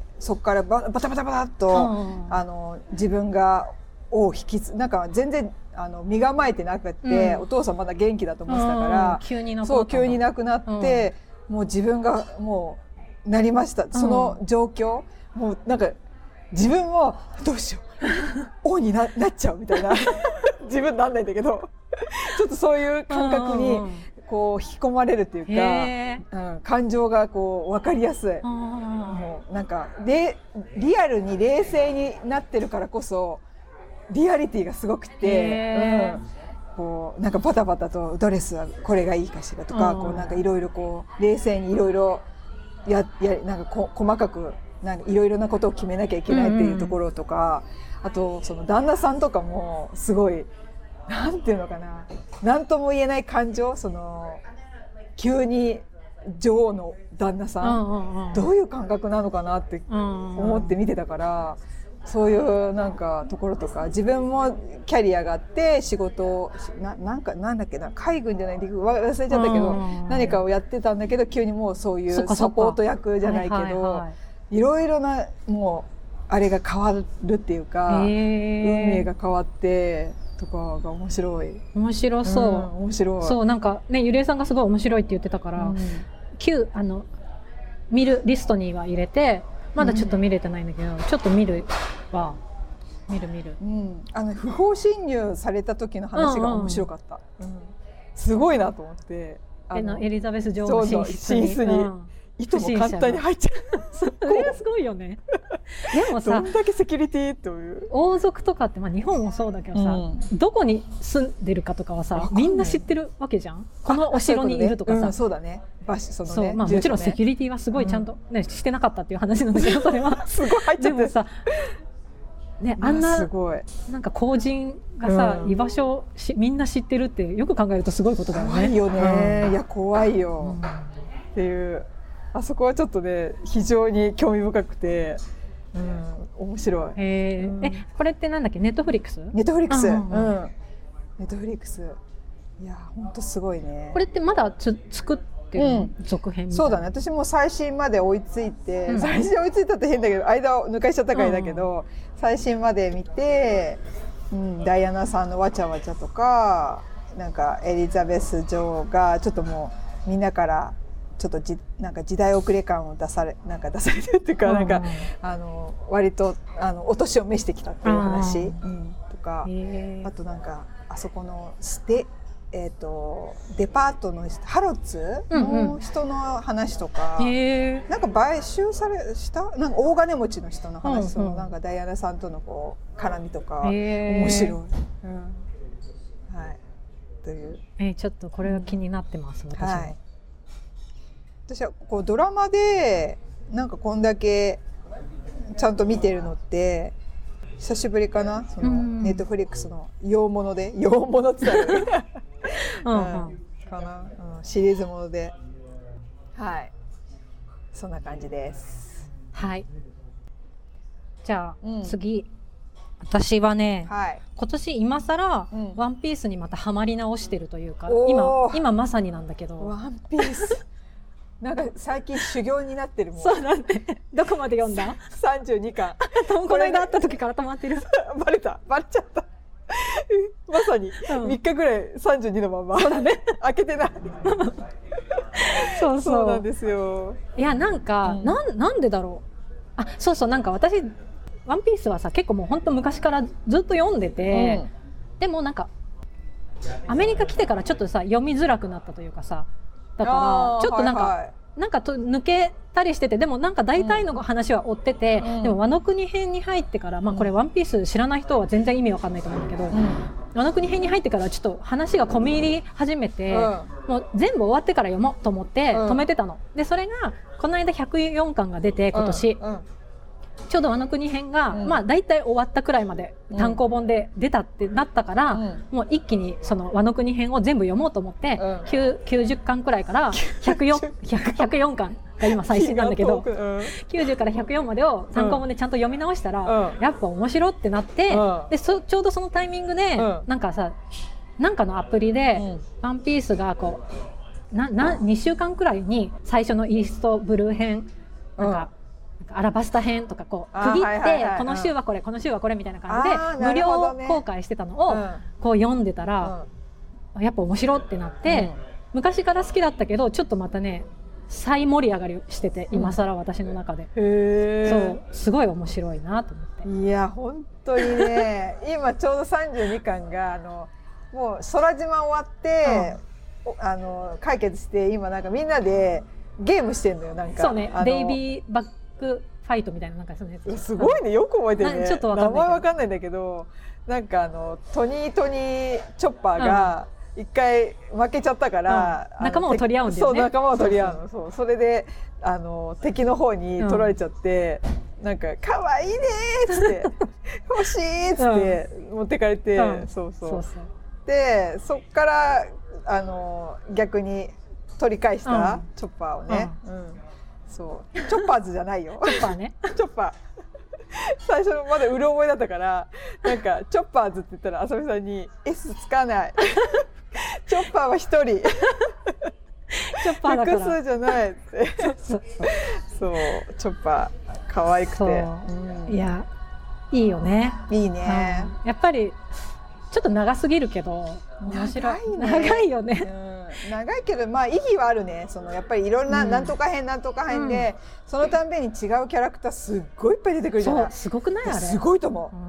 うん、そこからババタバタバタっと、うんうん、あの自分が王を引き継なんか全然あの身構えてなくって、うん、お父さんまだ元気だと思ってたから、うん、 急に亡くなったそう急に亡くなって、うん、もう自分がもうなりましたその状況、うん、もうなんか自分もどうしよう王に な, なっちゃうみたいな自分なんないんだけどちょっとそういう感覚にこう引き込まれるっていうか、うん、感情がこう分かりやすいもうなんかリアルに冷静になってるからこそリアリティがすごくて、うん、こうなんかバタバタとドレスはこれがいいかしらとかこうなんかいろいろこう冷静にいろいろややなんかこ細かくなんかいろいろなことを決めなきゃいけないっていうところとか、うんうん、あとその旦那さんとかもすごいなんていうのかな何とも言えない感情その急に女王の旦那さん、うんうんうん、どういう感覚なのかなって思って見てたから、そういうなんかところとか自分もキャリアがあって仕事を な, なんかなんだっけな海軍じゃない忘れちゃったけど、うん、何かをやってたんだけど急にもうそういうサポート役じゃないけど、はいはいはい、いろいろなもうあれが変わるっていうか、運命が変わってとかが面白い。 面白そう、うん、 面白い。 そうなんかねゆりえさんがすごい面白いって言ってたから、うん、きゅうあの見るリストには入れてまだちょっと見れてないんだけど、うん、ちょっと見るは見る見る、 うん、あの不法侵入された時の話が面白かった、うんうん、すごいなと思ってあのエリザベス女王の寝室に、 寝室に、うん、糸も簡単に入っちゃうそれはすごいよねでもさどんだけセキュリティという王族とかって、まあ、日本もそうだけどさ、うん、どこに住んでるかとかはさみんな知ってるわけじゃん。このお城にいるとかさ、 うん、そうだね場所そのねそう、まあ、もちろんセキュリティはすごいちゃんと、ね、うん、してなかったっていう話なんだけどそれはすごい入っちゃってでもさね、あんなすごいなんか公人がさ、うん、居場所をしみんな知ってるってよく考えるとすごいことだよね。 怖いよね、うん、いや怖いよ、うん、っていうあそこはちょっとね非常に興味深くて、うん、面白い。 えーうん、えこれってなんだっけネットフリックス？ ネットフリックス、うん、ネットフリックスいや本当すごいね。 これってまだつ作ってる、うん、続編みたいな。 そうだね私も最新まで追いついて、うん、最新追いついたって変だけど間を抜かしちゃったからだけど、うん、最新まで見て、うん、ダイアナさんのわちゃわちゃとかなんかエリザベス女王がちょっともうみんなからちょっとじなんか時代遅れ感を出されなんか出されてるっていうか、うん、なんかあの割とあのお年を召してきたっていう話、うん、とかあとなんかあそこのステえー、とデパートのハロッツの人の話とか、うんうん、なんか買収されしたなんか大金持ちの人の話、うんうん、そのなんかダイアナさんとのこう絡みとか面白い、うん、はいという、 えー、ちょっとこれが気になってます、うん、私は、はい、 私はこうドラマでなんかこんだけちゃんと見てるのって久しぶりかなその、うん、ネットフリックスの洋物で洋物って言ったらねうんうん、かな、うん、シリーズものではいそんな感じです。 はいじゃあ、うん、次私はね、はい、今年今更、うん、ワンピースにまたハマり直してるというか今今まさになんだけどワンピースなんか最近修行になってるもん。 そうなんでどこまで読んださんじゅうにかんこの間会った時から止まってるバレたバレちゃったまさにみっかぐらいさんじゅうにのまま、 そうだね開けてないそうそうそうなんですよ。 いやなんか、うん、な, なんでだろうあそうそうなんか私ワンピースはさ結構もう本当昔からずっと読んでて、うん、でもなんかアメリカ来てからちょっとさ読みづらくなったというかさだからちょっとなんか、はいはい、 なんかと抜けたりしてて、でもなんか大体の話は追ってて、うん、でもワノ国編に入ってから、まあ、これワンピース知らない人は全然意味わかんないと思うんだけど、うん、ワノ国編に入ってからちょっと話が込み入り始めて、うん、もう全部終わってから読もうと思って止めてたの。でそれがこの間ひゃくよんかんが出て今年、うんうん、ちょうどワノ国編が、うん、まあ大体終わったくらいまで単行本で出たってなったから、うん、もう一気にそのワノ国編を全部読もうと思って、うん、きゅうじゅっかんくらいからひゃくよん、ひゃくよんかんが今最新なんだけど、うん、きゅうじゅうからひゃくよんまでを単行本でちゃんと読み直したら、うん、やっぱ面白ってなって、うん、でそちょうどそのタイミングで、うん、なんかさなんかのアプリで、うん、ワンピースがこうななにしゅうかんくらいに最初のイーストブルー編なんか、うんアラバスタ編とかこう区切って、はいはいはい、この週はこれ、うん、この週はこれみたいな感じで無料公開してたのをこう読んでたら、うん、やっぱ面白ってなって、うん、昔から好きだったけどちょっとまたね再盛り上がりしてて今更私の中で、うん、へそうすごい面白いなと思って。 いや本当にね今ちょうどさんじゅうにかんがあのもう空島終わって、うん、あの解決して今なんかみんなでゲームしてんのよなんかそうねベイビーバックファイトみたいななんかそのやつすごいねよく覚えてるねちょっとわかんない名前わかんないんだけどなんかあのトニートニーチョッパーが一回負けちゃったから、 うん、仲間を取り合うんだよねそう仲間を取り合うのそうそれであの敵の方に取られちゃって、うん、なんか可愛いねーっつって欲しいっつって持ってかれて、うん、そうそうそうそうでそっからあの逆に取り返した、うん、チョッパーをね、うんうんそうチョッパーズじゃないよチョッパーねチョッパー最初まだうる覚えだったからなんかチョッパーズって言ったらあさみさんに S つかないチョッパーは一人チョッパーだから複数じゃないってそうそうそうチョッパー可愛くて、 うん、いやいいよねいいね、 うん、やっぱりちょっと長すぎるけど面白い長いね長いよね、 うん、長いけどまあ意義はあるねそのやっぱりいろんな、うん、なんとか編なんとか編で、うん、そのたんびに違うキャラクターすっごいいっぱい出てくるじゃない。 そうすごくないあれすごいと思う、うん、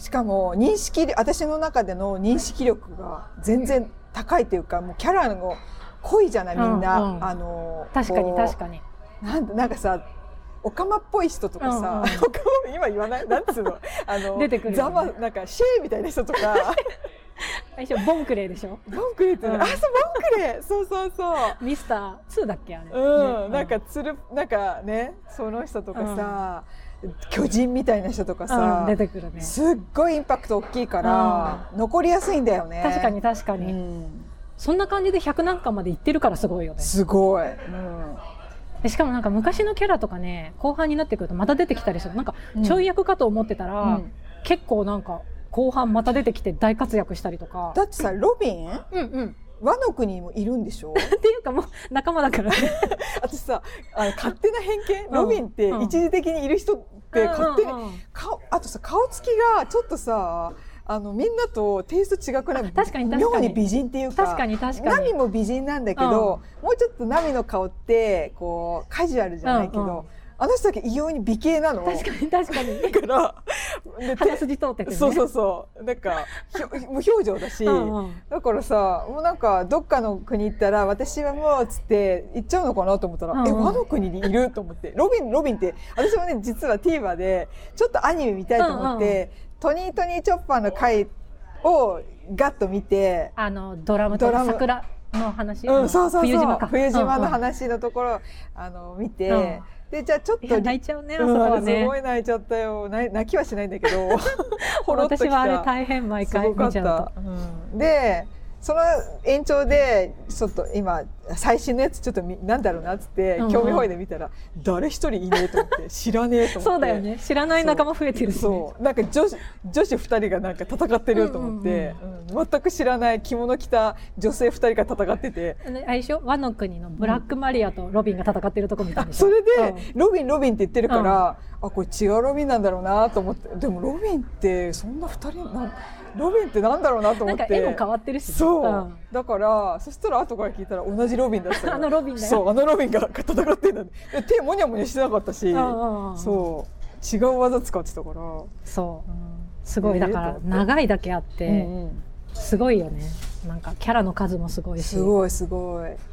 しかも認識私の中での認識力が全然高いというかもうキャラの濃いじゃないみんな、うんうん、あの確かに確かになんなんかさオカマっぽい人とかさ、うんうん、今言わないなんつうのあの出てくる、ね、 ザマなんかシェーみたいな人とか最初ボンクレーでしょボンクレーって、うん、あそうボンクレーそうそうそうミスターツーだっけあれ、 うんね、なんかつるなんかねその人とかさ、うん、巨人みたいな人とかさ、 うん、出てくるねすっごいインパクト大きいから、うん、残りやすいんだよね確かに確かに、うん、そんな感じでひゃくなんかんまでいってるからすごいよねすごい、うんでしかもなんか昔のキャラとかね後半になってくるとまた出てきたりするなんかちょい役かと思ってたら、うん、結構なんか後半また出てきて大活躍したりとかだってさロビン、うんうん、和の国にもいるんでしょっていうかもう仲間だからね私さあの勝手な偏見ロビンって一時的にいる人って勝手に、うんうんうん、顔あとさ顔つきがちょっとさあのみんなとテイスト違くない？ 確かに確かに妙に美人っていうか確かに確かにナミも美人なんだけど、うん、もうちょっとナミの顔ってこうカジュアルじゃないけど、うんうん、あの人だけ異様に美形なの確かに確かにだから鼻筋通っててねそうそうそうなんか無表情だし、うんうん、だからさもうなんかどっかの国行ったら私はもうつって行っちゃうのかなと思ったら、うんうん、え和の国にいると思ってロビンロビンって私もね実は TVer でちょっとアニメ見たいと思って、うんうんトニートニーチョッパーの回をガッと見てあのドラムと桜の話、 うん、そうそうそう冬島か冬島の話のところ、うんうん、あの見て、うん、でじゃあちょっと泣いちゃうねあそこはね、 うん、すごい泣いちゃったよ泣きはしないんだけどほろっときた私はあれ大変毎回見ちゃうと、 うん、でその延長でちょっと今最新のやつちょっとなんだろうなっつって興味本位で見たら誰一人いねえと思って知らねえと思ってそうだよね知らない仲間増えてるし、ね、 そうなんか女子女子ふたりがなんか戦ってると思って、うんうんうん、全く知らない着物着た女性ふたりが戦っててあれでしょ和の国のブラックマリアとロビンが戦ってるとこみたいでしょ、 うん、それで、うん、ロビンロビンって言ってるから、うん、あこれ違うロビンなんだろうなと思ってでもロビンってそんなふたりなんロビンってなんだろうなと思ってなんか絵も変わってるしそう、うん、だからそしたら後から聞いたら同じロビンだったあのロビンだよそうあのロビンが戦ってんだ手もにゃもにゃしてなかったしそう違う技使ってたからそう、うん、すごいだから長いだけあって、うんうん、すごいよねなんかキャラの数もすごいしすごいすごい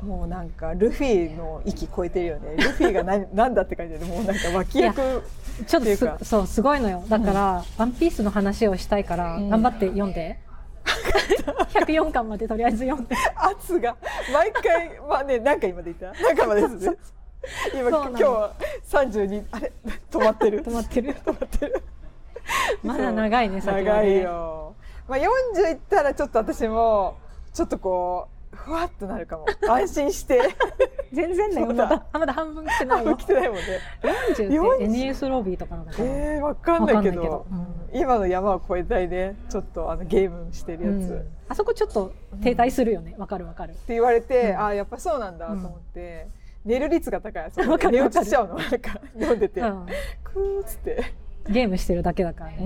もうなんかルフィの域超えてるよね。ルフィが何なんだって感じで、もうなんか脇役ちょっとすそうすごいのよ。だから、うん、ワンピースの話をしたいから、うん、頑張って読んで。ひゃくよんかんまでとりあえず読んで。圧が毎回まあね、何回までいた？何回までですね。今今日はさんじゅうに、あれ止まってる止まってる止まってる。 まだ長いね、先はね。 長いよ。まあよんじゅういったらちょっと私もちょっとこうふわっとなるかも。安心して。 全然だよ。まだまだ半分来てないよ。 来てないもんね。 よんじゅうって エヌイーエス ロビーとかなのかな。 えー、わかんないけど、うん、今の山を越えたいね。ちょっとあのゲームしてるやつ、うん、 あそこちょっと停滞するよね。わかるわかる。 って言われて、うん、あやっぱそうなんだと思って、うん、寝る率が高い。そう寝落ちしちゃうの。なんか読んでて、うん、クーッつってゲームしてるだけだからね。うん、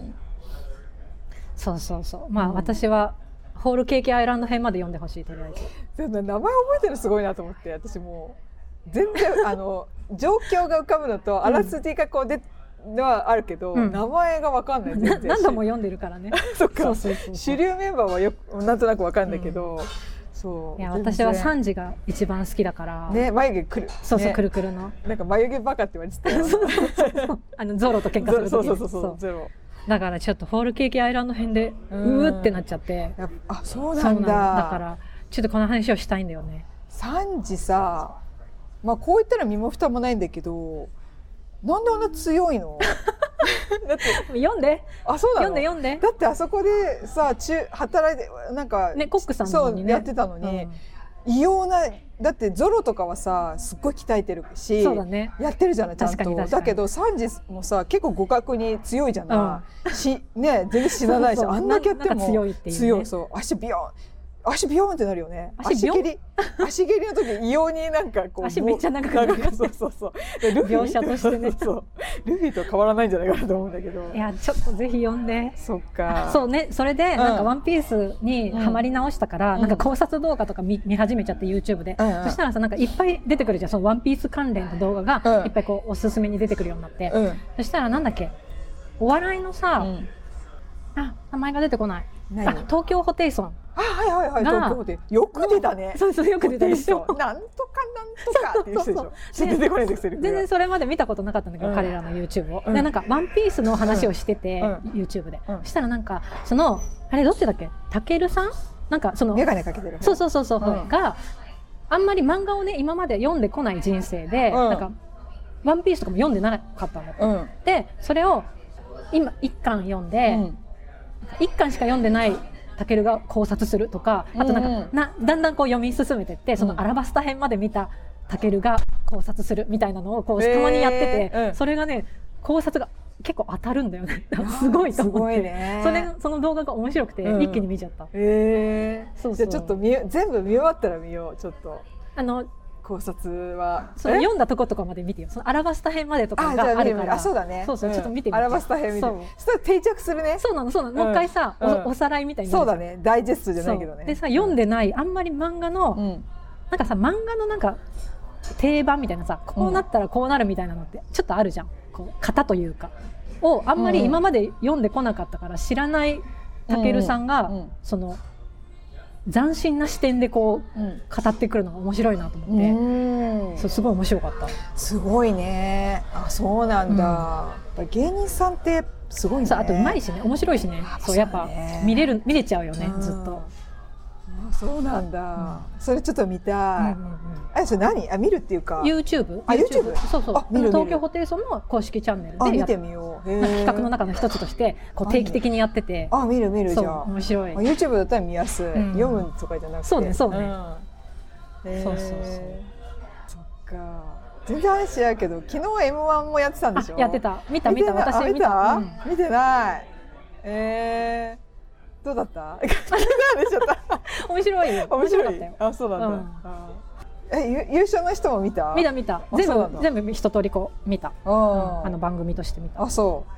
そうそうそう。まあ、うん、私はホールケーキアイランド編まで読んでほしい。とりあえず名前覚えてるのすごいなと思って、私もう全然あの状況が浮かぶのと、うん、あらすじがこうではあるけど、うん、名前が分かんない。全然何度も読んでるからね。 そっか。そうそうそうそう、主流メンバーはよなんとなく分かんないけど、うん、そう。 いや私はサンジが一番好きだからね。眉毛くる、 そうそう、くるくるのなんか眉毛バカって言われてたよ。 そうそうそう、あのゾロと喧嘩する時。 そうそうそうそうゼロだからちょっとホールケーキアイランド編でうーってなっちゃって。 あ、そうなんだ。 だからちょっとこの話をしたいんだよね。 サンジさ、まあこう言ったら身も蓋もないんだけど、なんであんな強いの？ だって読んで。 あ、そうなの？ 読んで読んで。 だってあそこでさ、中働いてなんかね、コックさんのにね、そうやってたのに、うん、異様な。だってゾロとかはさすっごい鍛えてるし、 そうだね、 やってるじゃないちゃんと。だけどサンジもさ結構互角に強いじゃない、うん、しね全然死なないし、あんだけやっても強いっていう、ね、 強い。そう足ビヨン足ビヨンってなるよね。足蹴り足蹴りの時異様になんかこう足めっちゃ長くなる。 そうそうそう。描写としてね。 そうルフィと変わらないんじゃないかなと思うんだけど。 いやちょっとぜひ読んで。 そっか。 そうね。それでなんかワンピースにハマり直したから、うん、なんか考察動画とか 見, 見始めちゃって YouTube で、うんうん、そしたらさなんかいっぱい出てくるじゃん。そのワンピース関連の動画がいっぱいこうおすすめに出てくるようになって、うん、そしたらなんだっけお笑いのさ、うん、あ名前が出てこない。あ東京ホテイソン。 あはいはいはい、東京ホテイよく出たね。 そうそうよく出たでしょ。 なんとかなんとかっていう人でしょ。出てこないです。 全然それまで見たことなかったんだけど、うん、彼らの YouTube を、うん、でなんかワンピースの話をしてて、うん、YouTube で、うん、そしたらなんかそのあれどっちだっけたけるさんなんかそのメガネかけてるそうそうそうそう、うん、があんまり漫画をね今まで読んでこない人生で、うん、なんかワンピースとかも読んでなかったんだって、うん、でそれを今いっかん読んで、うん、いっかんしか読んでないタケルが考察するとか、あとなんか、うんうん、なだんだんこう読み進めてって、そのアラバスタ編まで見たタケルが考察するみたいなのをこうたまにやってて、えーうん、それがね考察が結構当たるんだよね。すごいと思って、すごいね、それその動画が面白くて、うん、一気に見ちゃった。 えー、そうそう、じゃあちょっと見全部見終わったら見よう。ちょっとあの考察はその読んだとことかまで見てよ。そのアラバスタ編までとかがあるから。 あ、そうだね。 そうそう、ちょっと見てみて。 アラバスタ編見て。そしたら定着するね。 そうなのそうなの。もう一回さ、おさらいみたいになる。 そうだね。ダイジェストじゃないけどね。 でさ読んでないあんまり漫画のなんかさ漫画のなんか定番みたいなさこうなったらこうなるみたいなのってちょっとあるじゃん。こう型というかをあんまり今まで読んでこなかったから知らないたけるさんがその。斬新な視点でこう、うん、語ってくるのが面白いなと思って、うん、そうすごい面白かった。 すごいね。あ、そうなんだ。うん、やっぱり芸人さんってすごいね。 あとうまいしね、面白いしね。そうやっぱ見れる見れちゃうよね、ずっと。 あ、そうなんだ。うん、それちょっと見たい。うんうんうん、あ、それ何？あ、見るっていうか。 YouTube。 あ、YouTube。 そうそう。あ、見る見る。東京ホテイソンの公式チャンネルで見てみよう。 企画の中の一つとしてこう定期的にやってて。 あ、見る見るじゃあ。 面白い。 YouTube だったら見やすい。うん、読むとかじゃなくて。 そうねそうね。 うん、そうそうそう。そっか。全然話違うけど、昨日 エムワン もやってたんでしょ。 やってた。見た見た私見た。うん、見てない。えー。どうだった？ 面白いよ。 面白い。あ、そうなんだ。うん、え、優勝の人も見た？ 見た見た。全部全部一通りこう見た。うん、あの番組として見た。 あ、そう。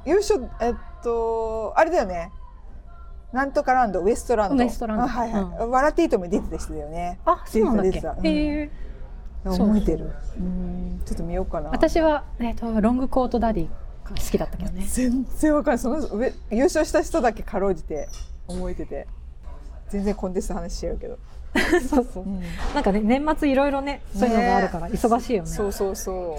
優勝えっとあれだよね。なんとかランドウエストランド。 ウエストランド。 はいはい。うん、笑っていいとも出てた人だよね。 あ、そうなんだっけ。 へえ。覚えてる。うん、ちょっと見ようかな。 私はえっとロングコートダディ。好きだったけどね。 全然わかんない。その上優勝した人だけかろうじて覚えてて、全然コンテスト話しちゃうけど。 そうそう、うん、なんかね年末いろいろねそういうのがあるから忙しいよね。 そうそうそう、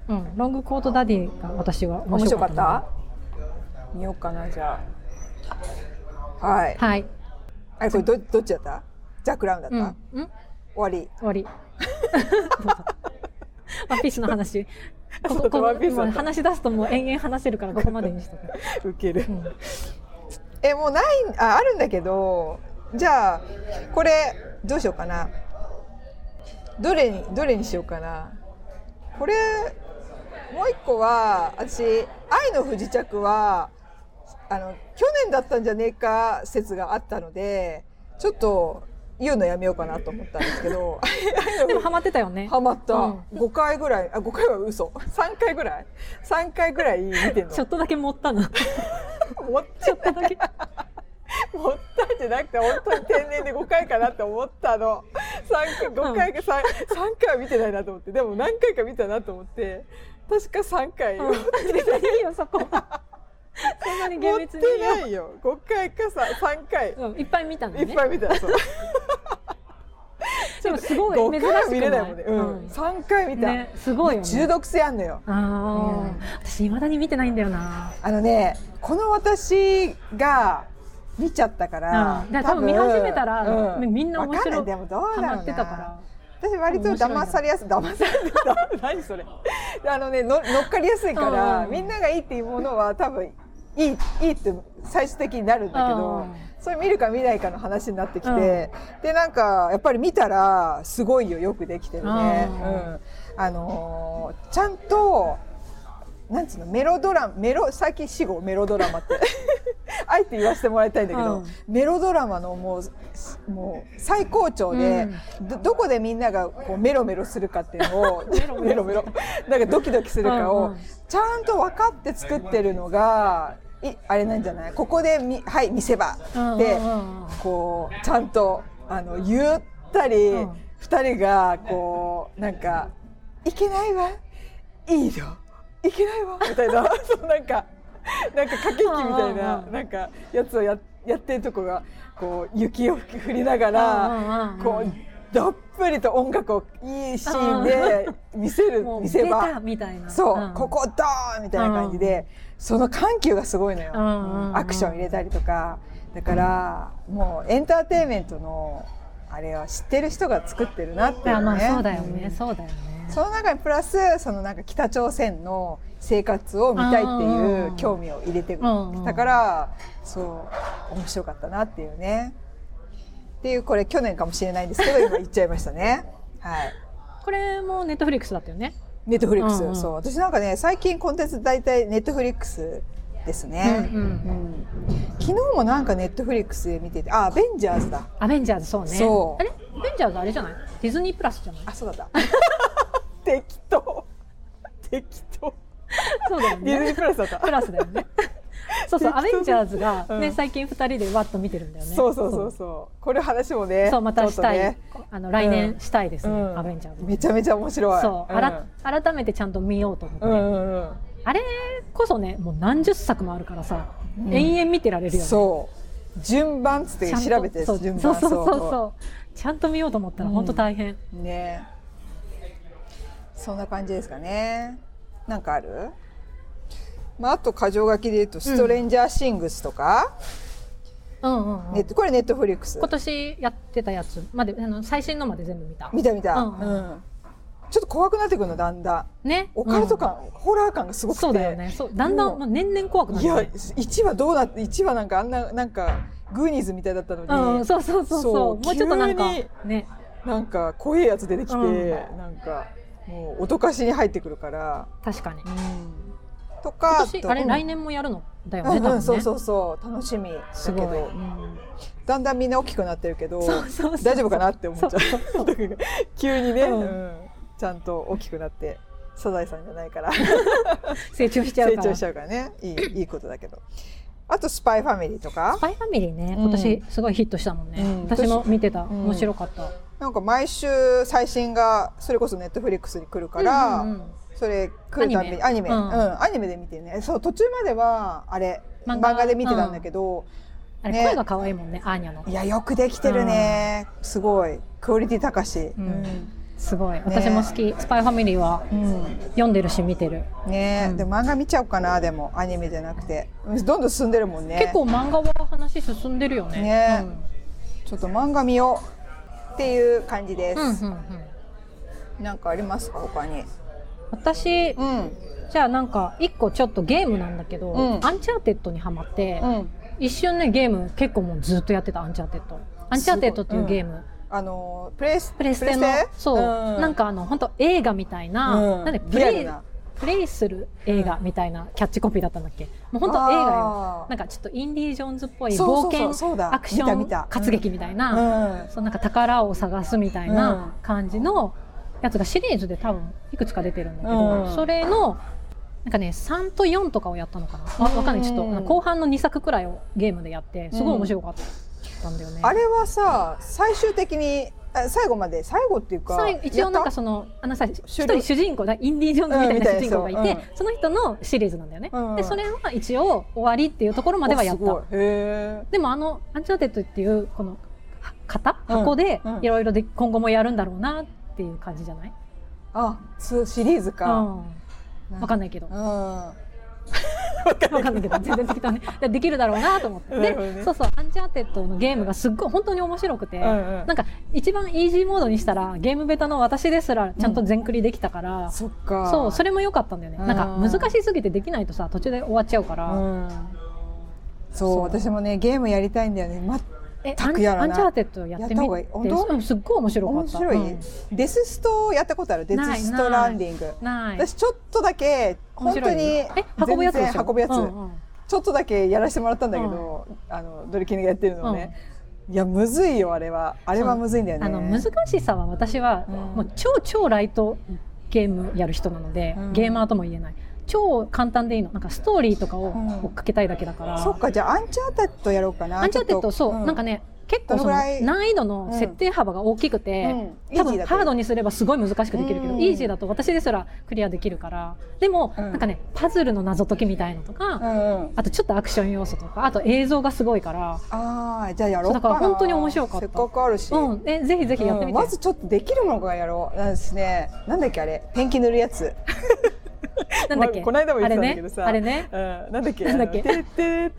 うん、ロングコートダディが私は面白かった、 面白かった。見ようかなじゃあ。はい、 はい、 あれこれ ど, どっちだった？ジャック・ラウンだった？うん、うん、終わり終わりワンピースの話ここここ話し出すともう延々話せるからここまでにしとく。 ウケる、うん、えもうないああるんだけど、じゃあこれどうしようかな、どれにどれにしようかな。これもう一個は私愛の不時着はあの去年だったんじゃねえか説があったのでちょっと言うのやめようかなと思ったんですけどでもハマってたよね。 ハマった、うん、ごかいぐらい、あごかいは嘘さんかいぐらいさんかいぐらい見てんの。 ちょっとだけ盛ったの盛ってちょっとだけ盛ったんじゃなくて本当に天然でごかいかなって思ったの。さんかいごかいか 3, さんかいは見てないなと思って、でも何回か見たなと思って確かさんかい、うん、 いいよそこそんなに厳密に持ってないよ。ごかいかささんかい、 うん、いっぱい見たのね。 いっぱい見た。そうでもすごい珍しくない？ごかいは見れないもんね、 うんうん、さんかい見た、 ね、すごいよね。 中毒性あんのよ。 あ、うん、私未だに見てないんだよな。 あのねこの私が見ちゃったから、 うん、だから多分見始めたら、うん、みんな面白い。 でもどうだろうな、 ハマってたから私割と騙されやすい、騙された何それあのねの乗っかりやすいから、うん、みんながいいっていうものは多分いい、いいって最終的になるんだけど、うん、それ見るか見ないかの話になってきて、うん、でなんかやっぱり見たらすごいよ、よくできてるね、うんうん、あのー、ちゃんとなんつうのメロドラマメロ最近死後メロドラマってあえて言わせてもらいたいんだけど、うん、メロドラマのもう、もう最高潮で、うん、ど, どこでみんながこうメロメロするかっていうのをメロメロなんかドキドキするかをちゃんと分かって作ってるのがいあれなんじゃない？ここでみはい見せ場でこうちゃんとあのゆったりふたりがこうなんかいけないわいいよいけないわみたいなそうなんかなんか駆け引きみたいななんかやつを や, やってるとこがこう雪を降りながらこうどっぷりと音楽をいいシーンで見せる見せ場みたいな、 そう、うん、ここドーンみたいな感じでその緩急がすごいのよ、うん、アクション入れたりとかだからもうエンターテインメントのあれは知ってる人が作ってるなっていうね。 まあそうだよね、うん、そうだよね。 その中にプラスそのなんか北朝鮮の生活を見たいっていう興味を入れてたからそう面白かったなっていうねっていうこれ去年かもしれないんですけど今言っちゃいましたね。はい。これもネットフリックスだったよね。 ネットフリックス、うんうん、そう私なんかね最近コンテンツ大体ネットフリックスですね、うんうんうん、昨日もなんかネットフリックスで見ててあアベンジャーズだアベンジャーズそうねそうあれアベンジャーズあれじゃないディズニープラスじゃないあそうだった適当適当そうだよねディズニープラスだったプラスだよねそうそうアベンジャーズが、ねうん、最近ふたりでわっと見てるんだよね。 そうそうそうそうこれ話もねそうまたしたい、ね、あの来年したいですね、 うん、 アベンジャーズめちゃめちゃ面白いそう、うん、あら改めてちゃんと見ようと思って、うんうんうん、あれこそねもう何十作もあるからさ、うん、延々見てられるよね。 そう順番つって調べてそう順番そうそうそうそうちゃんと見ようと思ったら本当大変、 うん、ねそんな感じですかね。なんかある？まあ、あと箇条書きで言うとストレンジャーシングスとか、 うんうんうん、 ネットこれネットフリックス今年やってたやつまであの最新のまで全部見た見た見た、 うんうんうん、ちょっと怖くなってくるのだんだんねオカルト感、うん、ホラー感がすごくてそうだよねそうだんだん、まあ、年々怖くなって、ね、いやいちわどうなっていちわなんかあんななんかグーニーズみたいだったのに、 うん、そうそうそうそうもうちょっとなんかねなんか怖いやつ出てきて、うん、なんかもう脅かしに入ってくるから確かに、うんとか今年あれ、うん、来年もやるのだよね、うん、多分ねそうそうそう楽しみだけど、うん、だんだんみんな大きくなってるけどそうそうそうそう大丈夫かなって思っちゃう急にね、うんうん、ちゃんと大きくなってサザエさんじゃないから成長しちゃうから成長しちゃうからねいい、いいことだけどあとスパイファミリーとかスパイファミリーね今年すごいヒットしたもんね、うん、私も見てた、うん、面白かった。 なんか毎週最新がそれこそネットフリックスに来るから、うんうんうんそれ来るたびにアニメ、うんうん、アニメで見てねそう途中まではあれ漫画で見てたんだけど、 あれ、 ね、 声が可愛いもんね、アーニャの。 いやよくできてるね、すごいクオリティ高し、 うんうん、 すごい、私も好き、スパイファミリーは、うん、読んでるし見てるね、うん、でも漫画見ちゃおうかな。でもアニメじゃなくてどんどん進んでるもんね。 結構漫画は話進んでるよね。 ね、 うん、 ちょっと漫画見ようっていう感じです。 うんうんうん、 なんかありますか他に。 私、うん、じゃあなんか一個ちょっとゲームなんだけど、うん、アンチャーテッドにハマって、うん、一瞬ねゲーム結構もうずっとやってた。アンチャーテッドアンチャーテッドっていうゲーム、 あのプレスプレステのそう、うん、なんかあの本当映画みたいな、うん、なんでプレイプレイする映画みたいなキャッチコピーだったんだっけ。もう本当映画よ。なんかちょっとインディ・ジョーンズっぽい冒険アクション活劇みたいな、うん、そうなんか宝を探すみたいな感じのやつがシリーズで多分いくつか出てるんだけど、うん、それのなんかねさんとよんとかをやったのかな、わかんない。ちょっと後半のにさくくらいをゲームでやってすごい面白かったんだよね。 あれはさ最終的に最後まで最後っていうか一応なんかそのあのさ一人主人公だインディ・ジョーンズみたいな主人公がいて、うん、その人のシリーズなんだよね、うん、でそれは一応終わりっていうところまではやった。へでもあのアンチャーテッドっていうこの型箱でいろいろ今後もやるんだろうなっていう感じじゃない。 あ、にシリーズか、 うん、分かんないけど、うん分かんないけど全然適当にできるだろうなと思って、で、ね、そうそうアンチャーテッドのゲームがすっごい本当に面白くて、うんうん、なんか一番イージーモードにしたらゲームベタの私ですらちゃんと全クリできたから、うん、そっかそうそれも良かったんだよね、うん、なんか難しすぎてできないとさ途中で終わっちゃうから、うん、 そうそう私もねゲームやりたいんだよね。 えアンチャーテッドやってみて。本当すっごい面白かった。面白い、うん、 デスストやったことある？デスストランディングないない。私ちょっとだけ本当にえ運ぶやつでしょ。 運ぶやつ、うんうん、ちょっとだけやらせてもらったんだけど、うん、あのドリキンがやってるのね、うん、いやむずいよあれはあれはむずいんだよね。 あの難しさは私は、うん、もう超超ライトゲームやる人なので、うん、ゲーマーとも言えない。超簡単でいいの。なんかストーリーとかを追っかけたいだけだから、 うん、そっか。じゃあアンチャーテッドやろうかな。 アンチャーテッドそう、うん、なんかね結構その難易度の設定幅が大きくて、うん、多分ハードにすればすごい難しくできるけど、うん、イージーだと私ですらクリアできるから。でも、うん、なんかねパズルの謎解きみたいのとか、うん、あとちょっとアクション要素とか、あと映像がすごいから、 あじゃあやろうかな。 だから本当に面白かった。 せっかくあるし、 うん、えぜひぜひやってみて、 うん、まずちょっとできるものからやろう。なんですね。なんだっけあれペンキ塗るやつなんだっけ、 この間も言ってたんだけどさ、 あれね、 うん、なんだっけなんだっけ今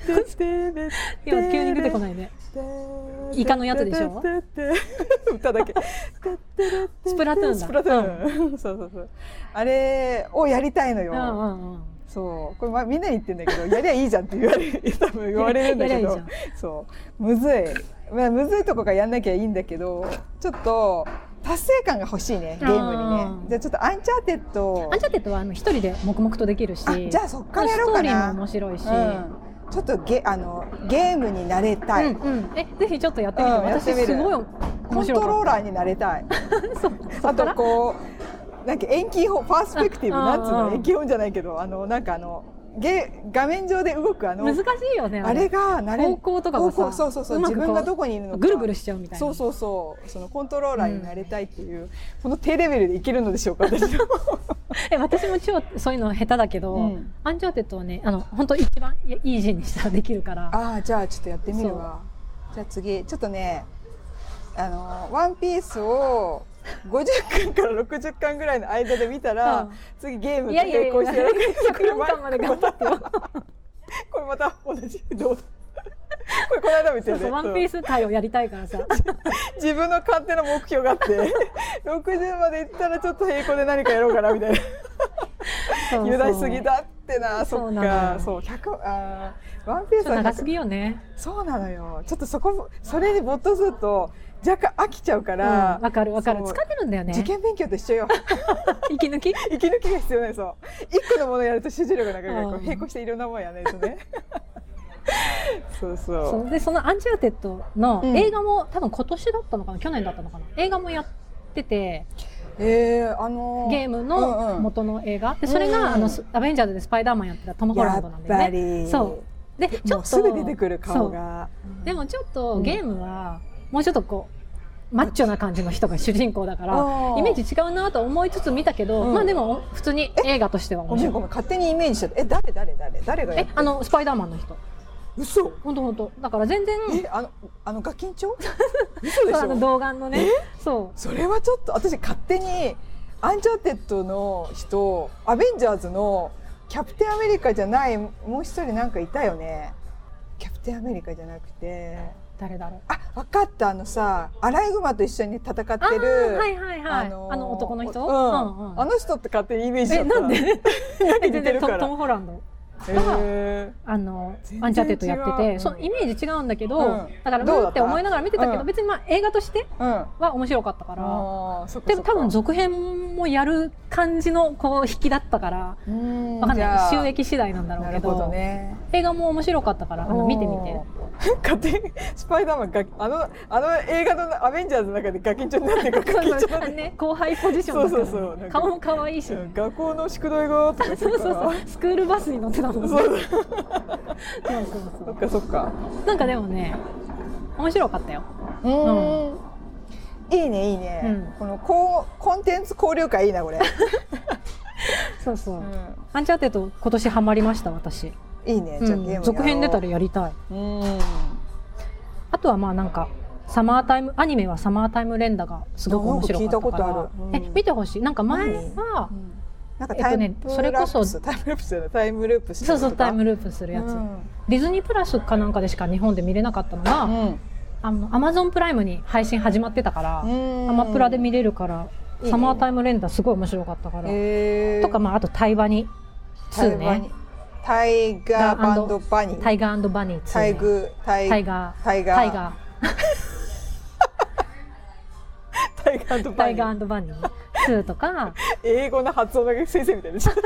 急に出てこないね。イカのやつでしょ。 歌だけスプラトゥーンだ。 スプラトゥーン、うん、そうそうそう。あれをやりたいのよ、うんうんうん、そうこれ、ま、みんなに言ってんだけどやりゃいいじゃんって言われる多分言われるんだけどそうむずい、まあ、むずいとこがやんなきゃいいんだけどちょっと達成感が欲しいねゲームにね。じゃあちょっとアンチャーテッドアンチャーテッドはあの一人で黙々とできるし、 じゃあそっからやろうかな。 ストーリーも面白いし、うん、 ちょっとゲあのゲームになれたい、うんうん、 えぜひちょっとやってみて、うん、私すごい面白かった。 コントローラーになれたいあとこうなんか遠近法パースペクティブなんつうの遠近法じゃないけどあのなんかあのゲ画面上で動くあの難しいよねあれ、あれが慣れ方向とかがさそうそうそう自分がどこにいるのかぐるぐるしちゃうみたいな。 そうそうそうそのコントローラーになれたいっていう、うん、この低レベルでいけるのでしょうか私え私も超そういうの下手だけど、うん、アンチャーテッドはねあの本当一番イージーにしたらできるから。 ああじゃあちょっとやってみるわ。じゃあ次ちょっとねあのワンピースをごじゅっかんからろくじゅっかんぐらいの間で見たら、うん、次ゲームと並行してやる。 ひゃくよんかんまで頑張ってよこれまた同じどうこれこの間も言ってるね。 ワンピース対をやりたいからさ自分の勝手な目標があってろくじゅうまでいったらちょっと並行で何かやろうかなみたいな油断しすぎだってな。そっかそうひゃくあワンピースは長すぎよね。 そうなのよ。ちょっとそこそれに没頭すると若干飽きちゃうからわ、 うん、かるわかる疲れるんだよね。 受験勉強と一緒よ息抜き息抜きが必要ない。そう一個のものやると集中力なかなか並行していろんなものやらないとねそうそうそうでそのアンチャーテッドの映画も、うん、多分今年だったのかな去年だったのかな映画もやってて、 えーあのー、 ゲームの元の映画、うんうん、でそれが、うん、あのアベンジャーズでスパイダーマンやってたトム・ホランドなんだよね。そうでちょっとすぐ出てくる顔がでもちょっとゲームはもうちょっとこうマッチョな感じの人が主人公だからイメージ違うなと思いつつ見たけど、うん、まあでも普通に映画としては面白い。 ごめんごめん勝手にイメージしちゃってえ誰誰誰誰がやってえあのスパイダーマンの人嘘。 本当本当。だから全然えあのあのガキンチョ嘘でしょ。 あの童顔のね。そう。 それはちょっと私勝手にアンチャーテッドの人、アベンジャーズのキャプテンアメリカじゃないもう一人なんかいたよね。キャプテンアメリカじゃなくて誰だろう。 あ、分かった。あのさ、アライグマと一緒に戦ってるあ、はいはいはい、あのー、あの男の人、うんうんうん、あの人って勝手にイメージだった。 え、なんでなんか似てるからトム・ホランドが、 えー、 あのアンチャーテッドやってて、そうイメージ違うんだけど、うん、だからうんって思いながら見てたけど、うん、別にまあ映画としては面白かったから、うん、でも多分続編もやる感じのこう引きだったから、うん、わかんない、収益次第なんだろうけど、なるほどね、映画も面白かったからあの見てみて。 勝手にスパイダーマンがあのあの映画のアベンジャーズの中でガキンチョになってるから、ガキンチョなんでね、後輩ポジションだから、ね、そうそうそう、顔も可愛いし、ね、 学校の宿題がとか言ってるからそうそうそう、スクールバスに乗ってたもんね。そうそうそうそっかそっか。 なんかでもね面白かったよ。 うん、うん、いいねいいね、うん、このココンテンツ交流会いいなこれ。 そうそう、うん、アンチャーテッド今年ハマりました私。 いいね、じゃあゲームやろう、 続編出たらやりたい。うん、あとはまあなんかサマータイムアニメはサマータイム連打がすごく面白かったから、聞いたことある、うん、え見てほしい。なんか前は、うん、 なんかタイムループス、それこそタイムループスじゃないタイムループするそうそうタイムループするやつ、うん、ディズニープラスかなんかでしか日本で見れなかったのが、うん、あのアマゾンプライムに配信始まってたから、アマプラで見れるから、いいね、サマータイム連打すごい面白かったから、とかまああとタイバニツーね、 タイガーバンドバニー、 タイガー&バニー、 タイグタイガータイガータイガータイガー&バニータイガー&バニーツーとか、 英語の発音だけ先生みたいでした。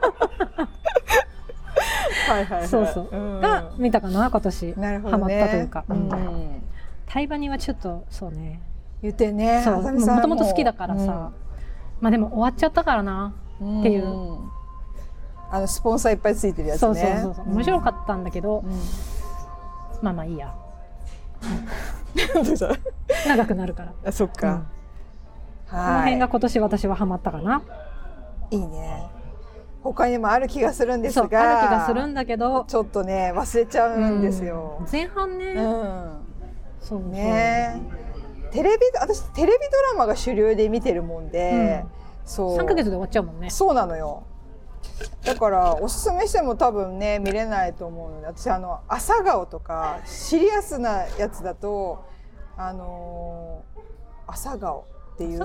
はいはいはい、 そうそう、うん、が見たかな今年。なるほどね、ハマったというか、うん、タイバニーはちょっとそうね言ってね、 そうもともと好きだからさ、うん、まあでも終わっちゃったからなっていう、うん、 あのスポンサーいっぱいついてるやつね。 そうそうそうそう、面白かったんだけど、うん、まあまあいいや。長くなるから。 あ、そっか。うん、はい。 この辺が今年私はハマったかな。 いいね。他にもある気がするんですが、 ある気がするんだけど、 ちょっとね忘れちゃうんですよ。 うん、前半ね。うん、 そうね。テレビ私テレビドラマが主流で見てるもんで、うん、そうさんかげつで終わっちゃうもんね。 そうなのよ。だからおすすめしても多分ね見れないと思うので、私あの朝顔とかシリアスなやつだとあのー、朝顔っていう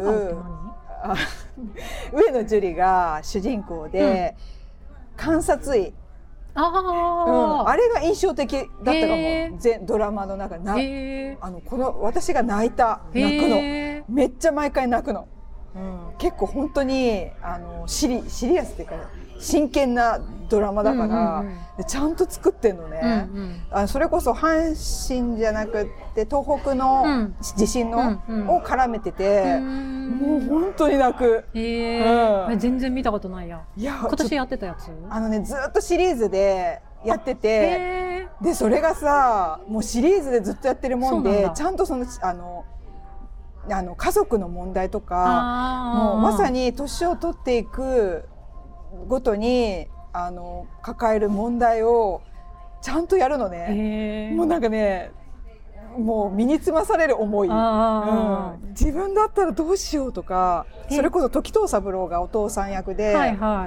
上野樹里が主人公で、うん、観察医 あ,、うん、あれが印象的だったかも。全ドラマの中なあのこの私が泣いた泣くのめっちゃ毎回泣くの、うん、結構本当にあのシリ、シリアスっていうか真剣なドラマだから、うんうんうん、でちゃんと作ってんのね、うんうん、あそれこそ阪神じゃなくって東北の地震の、うんうん、を絡めてて、もう本当に泣く、 えーうん、全然見たことないや。いや今年やってたやつあのねずっとシリーズでやってて、でそれがさもうシリーズでずっとやってるもんでちゃんとそのあのあの家族の問題とかもうまさに年を取っていくごとにあの抱える問題をちゃんとやるのね。もうなんかねもう身につまされる思い、うん、自分だったらどうしようとか、それこそ時藤三郎がお父さん役で、はいはい、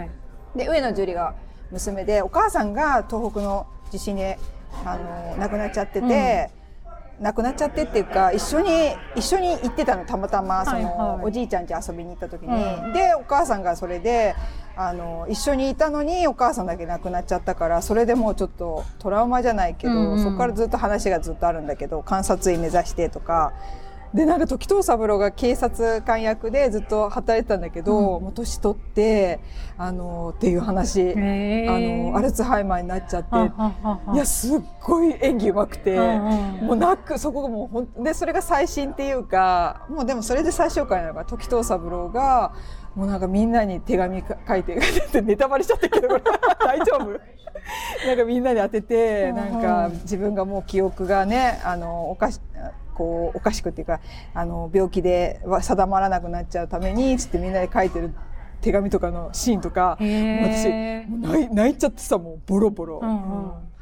で上野樹里が娘で、お母さんが東北の地震であの亡くなっちゃってて、うん、亡くなっちゃってっていうか一緒に一緒に行ってたの、たまたまその、はいはい、おじいちゃん家遊びに行った時に、うん、でお母さんがそれであの一緒にいたのにお母さんだけ亡くなっちゃったから、それでもうちょっとトラウマじゃないけど、うんうん、そこからずっと話がずっとあるんだけど、観察医目指してとかで、なんか時藤三郎が警察官役でずっと働いてたんだけど、うん、もう年取ってあのっていう話、あのアルツハイマーになっちゃって、いやすっごい演技うまくて、もう泣く、そこがもうほんでそれが最新っていうか、もうでもそれで最終回なのが時藤三郎がもうなんかみんなに手紙書いてネタバレしちゃったけどこれ大丈夫なんかみんなに当てて、なんか自分がもう記憶がねあのおかしこうおかしくっていうかあの病気で定まらなくなっちゃうためにつってみんなで書いてる手紙とかのシーンとか、私泣い、泣いちゃってさ、もうボロボロ、うんうん、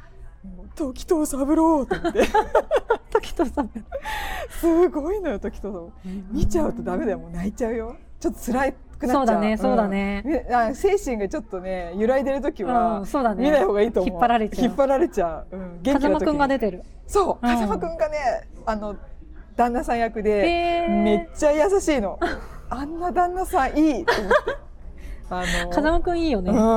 時藤三郎って言って時藤三郎すごいのよ時藤三郎、うん、見ちゃうとダメだよ、もう泣いちゃうよ、ちょっと辛くなっちゃう。 そうだねそうだね、 うん、あ精神がちょっとね揺らいでる時は、 うん、そうだね、 見ない方がいいと思う。 引っ張られちゃう引っ張られちゃう、うん、元気な時に風間くんが出てる。 そう、 うん、 風間くんがねあの旦那さん役でめっちゃ優しいのあんな旦那さんいいと思ってあの風間くんいいよね、 うん、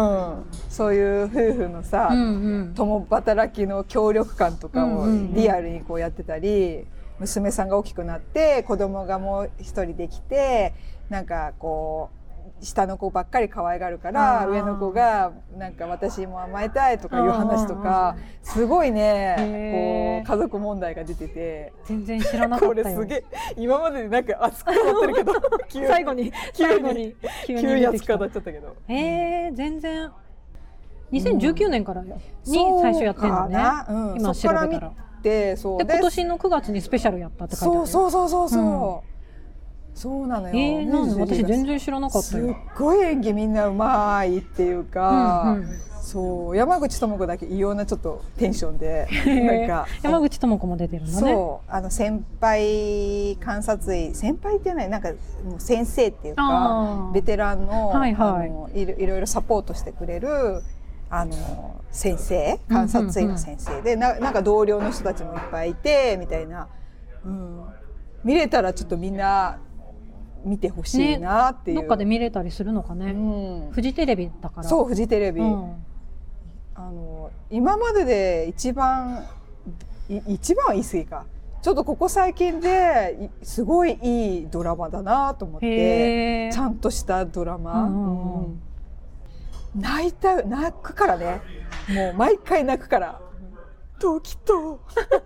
そういう夫婦のさ、うんうん、共働きの協力感とかをリアルにこうやってたり、うんうん、娘さんが大きくなって子供がもう一人できて、なんかこう下の子ばっかり可愛がるから上の子がなんか私も甘えたいとかいう話とかすごいね、こう家族問題が出てて全然知らなかったよ。 これすげえ今までなんか熱くなってるけど急に最後に急に急に熱くなっちゃったけど、 えー、全然にせんじゅうきゅうねんからに最初やってんだね、うん、今調べたら。 でそうで今年のくがつにスペシャルやったって書いてある。 そうそうそうそうそう、うんそうなのよ、 えー、なんで私全然知らなかったよ。 すっごい演技みんなうまいっていうか、うんうん、そう山口智子だけ異様なちょっとテンションでなんか山口智子も出てるのね。 そうあの先輩監察医先輩っていうのはなんかもう先生っていうかベテランの、はいはい、あのいろいろいろサポートしてくれるあの先生監察医の先生で、うんうんうん、な, なんか同僚の人たちもいっぱいいてみたいな、うん、見れたらちょっとみんな見てほしいなっていう、ね、 どっかで見れたりするのかね、うん、フジテレビだから。 そうフジテレビ、うん、あの今までで一番一番は言い過ぎかちょっとここ最近ですごいいいドラマだなと思ってちゃんとしたドラマ、うんうんうん、泣いた泣くからねもう毎回泣くから時と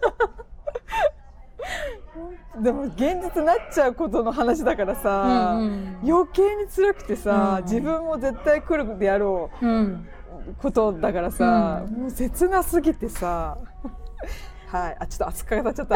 でも現実になっちゃうことの話だからさ、うんうん、余計に辛くてさ、うん、自分も絶対来るであろう、うん、ことだからさ、うん、もう切なすぎてさはいあちょっと熱く語っちゃった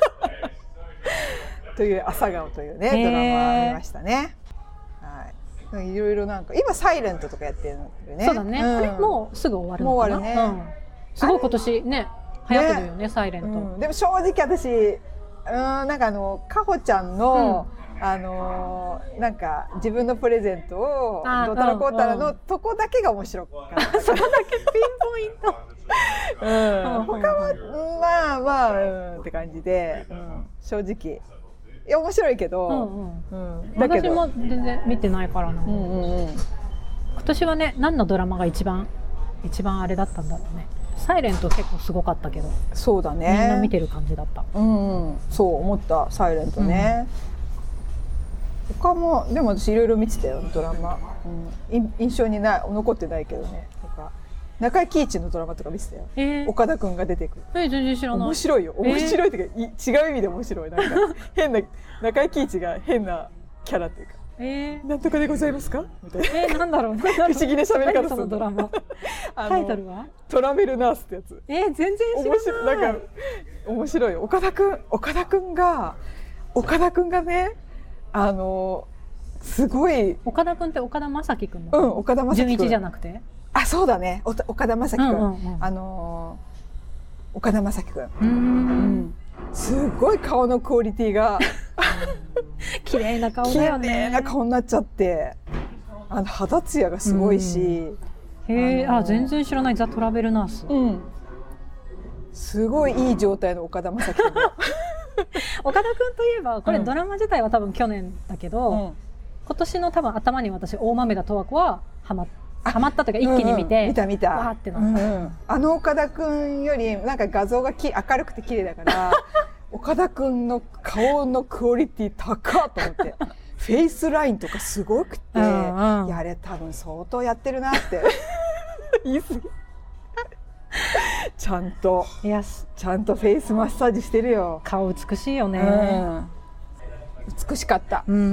という朝顔というねドラマ見ましたね。はい、いろいろなんか今サイレントとかやってるんだよね。 そうだね、うん、あれもうすぐ終わるのかな。もう終わるね、うん、すごい今年ね流行ってるよね、ねサイレント、うん、 でも正直私うんなんかあのかほちゃんの、うん、あのなんか自分のプレゼントをドタラコータラのとこだけが面白かった。 そこだけピンポイント。 うん、他はまあまあ、うん、って感じで、うん、正直いや面白いけど、うんうんうん、だけど私も全然見てないからな、うんうんうん、今年はね何のドラマが一番一番あれだったんだろうね。サイレント結構すごかったけど。 そうだね。 みんな見てる感じだった。 うん、うん、そう思ったサイレントね。うん、他もでも私いろいろ見てたよドラマ、うん、印象にない残ってないけどね。とか中井貴一のドラマとか見てたよ。えー、岡田くんが出てくる。 えー、全然知らない。 面白いよ。面白いっていうか、えー、違う意味で面白い。なんか変な中井貴一が変なキャラっていうか。えー、なんとかでございますかみたいな。 えー、なんだろう。不思議な喋り方する。 そのドラマ。タイトルは？ トラベルナースってやつ。 えー、全然知らない。 なんか面白いよ。岡田くん、岡田くんが岡田くんがね、あのすごい。 岡田くんって岡田将生くんの？うん、岡田将生くん。 純一じゃなくて？ あ、そうだね。岡田将生くん。うんうんうん、あの岡田将生くん。うん。すごい顔のクオリティが綺麗な顔だよね。 綺麗な顔になっちゃって、あの肌ツヤがすごいし、うん、 へえ、あ、全然知らないザ・トラベルナース。 うん、すごいいい状態の岡田将生君。 岡田君といえばこれドラマ自体は多分去年だけど、うん、今年の多分頭に私大豆田十和子はハマハマったというか一気に見て、うんうん、 見た見たわーってなった、うんうん、 あの岡田君よりなんか画像がき明るくて綺麗だから岡田君の顔のクオリティ高っと思ってフェイスラインとかすごくて、うんうん、いやあれ多分相当やってるなって言い過ぎちゃんといやちゃんとフェイスマッサージしてるよ。 顔美しいよね、うん、 美しかった、うんうん、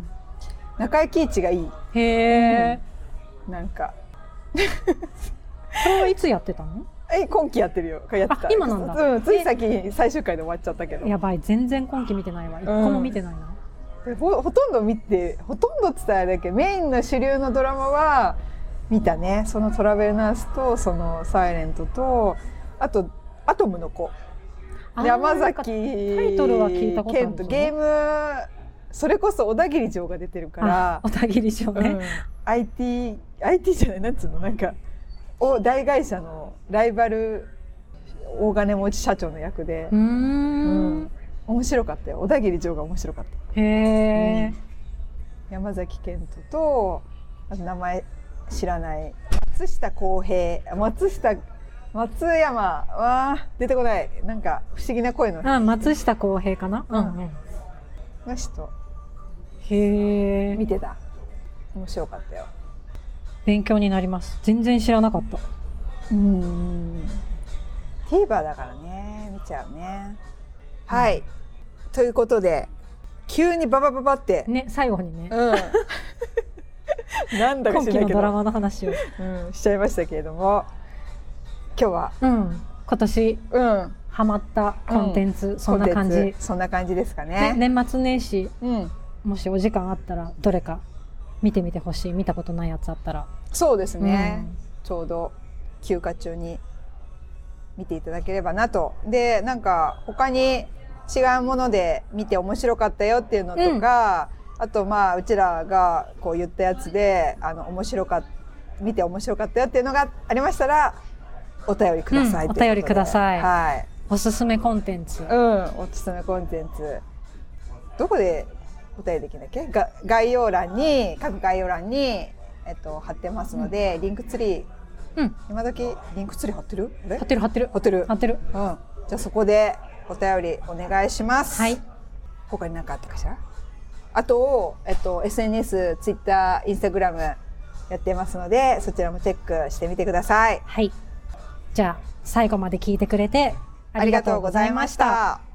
中井貴一がいい。 へえ、 うん、なんかこれはいつやってたの？ え、今期やってるよ。やってた。 今なんだ、 うん、つい先に最終回で終わっちゃったけど。 やばい、全然今期見てないわ。一個も見てないな、 うん、ほ, ほとんど見てほとんど伝えだけどメインの主流のドラマは見たね。そのトラベルナースとそのサイレントとあとアトムの子、 あー山崎タイトルは聞いたことあるんですね。 ゲームそれこそ小田切城が出てるから小田切城ね、 うん、アイティー アイティー じゃないなんつうのなんかお大会社のライバル大金持ち社長の役で、 うーん、 うん、面白かったよ。小田切城が面白かった。 へえ、 うん、山崎賢人とあと名前知らない松下洸平松下松山わー出てこないなんか不思議な声のあ松下洸平かな、うんうん、 の人へえ、 見てた。面白かったよ。 勉強になります。全然知らなかった。 うん TVer だからね見ちゃうね。はい、うん、ということで急にババババってね最後にね、 うんなんだか知らないけど今期のドラマの話を、 うん、しちゃいましたけれども今日は、 うん、今年、うん、ハマったコンテンツ、うん、そんな感じそんな感じですかね。 ね年末年始、うん、もしお時間あったらどれか見てみてほしい。見たことないやつあったら。 そうですね、うん、ちょうど休暇中に見ていただければなと。でなんか他に違うもので見て面白かったよっていうのとか、うん、あとまあうちらがこう言ったやつであの面白かった見て面白かったよっていうのがありましたらお便りください、 うん、お便りください、 はい、 おすすめコンテンツ、 うん、おすすめコンテンツどこでお便りできるんだっけ。が概要欄に各概要欄に、えっと、貼ってますので、うん、リンクツリー、うん、今時リンクツリー貼ってる貼ってる貼ってる貼ってる貼ってる、 うん、じゃあそこでお便りお願いします。 はい。 他に何かあったかしら。あと、えっと、エスエヌエス、ツイッター、インスタグラムやってますのでそちらもチェックしてみてください。 はい。じゃあ最後まで聞いてくれてありがとうございました。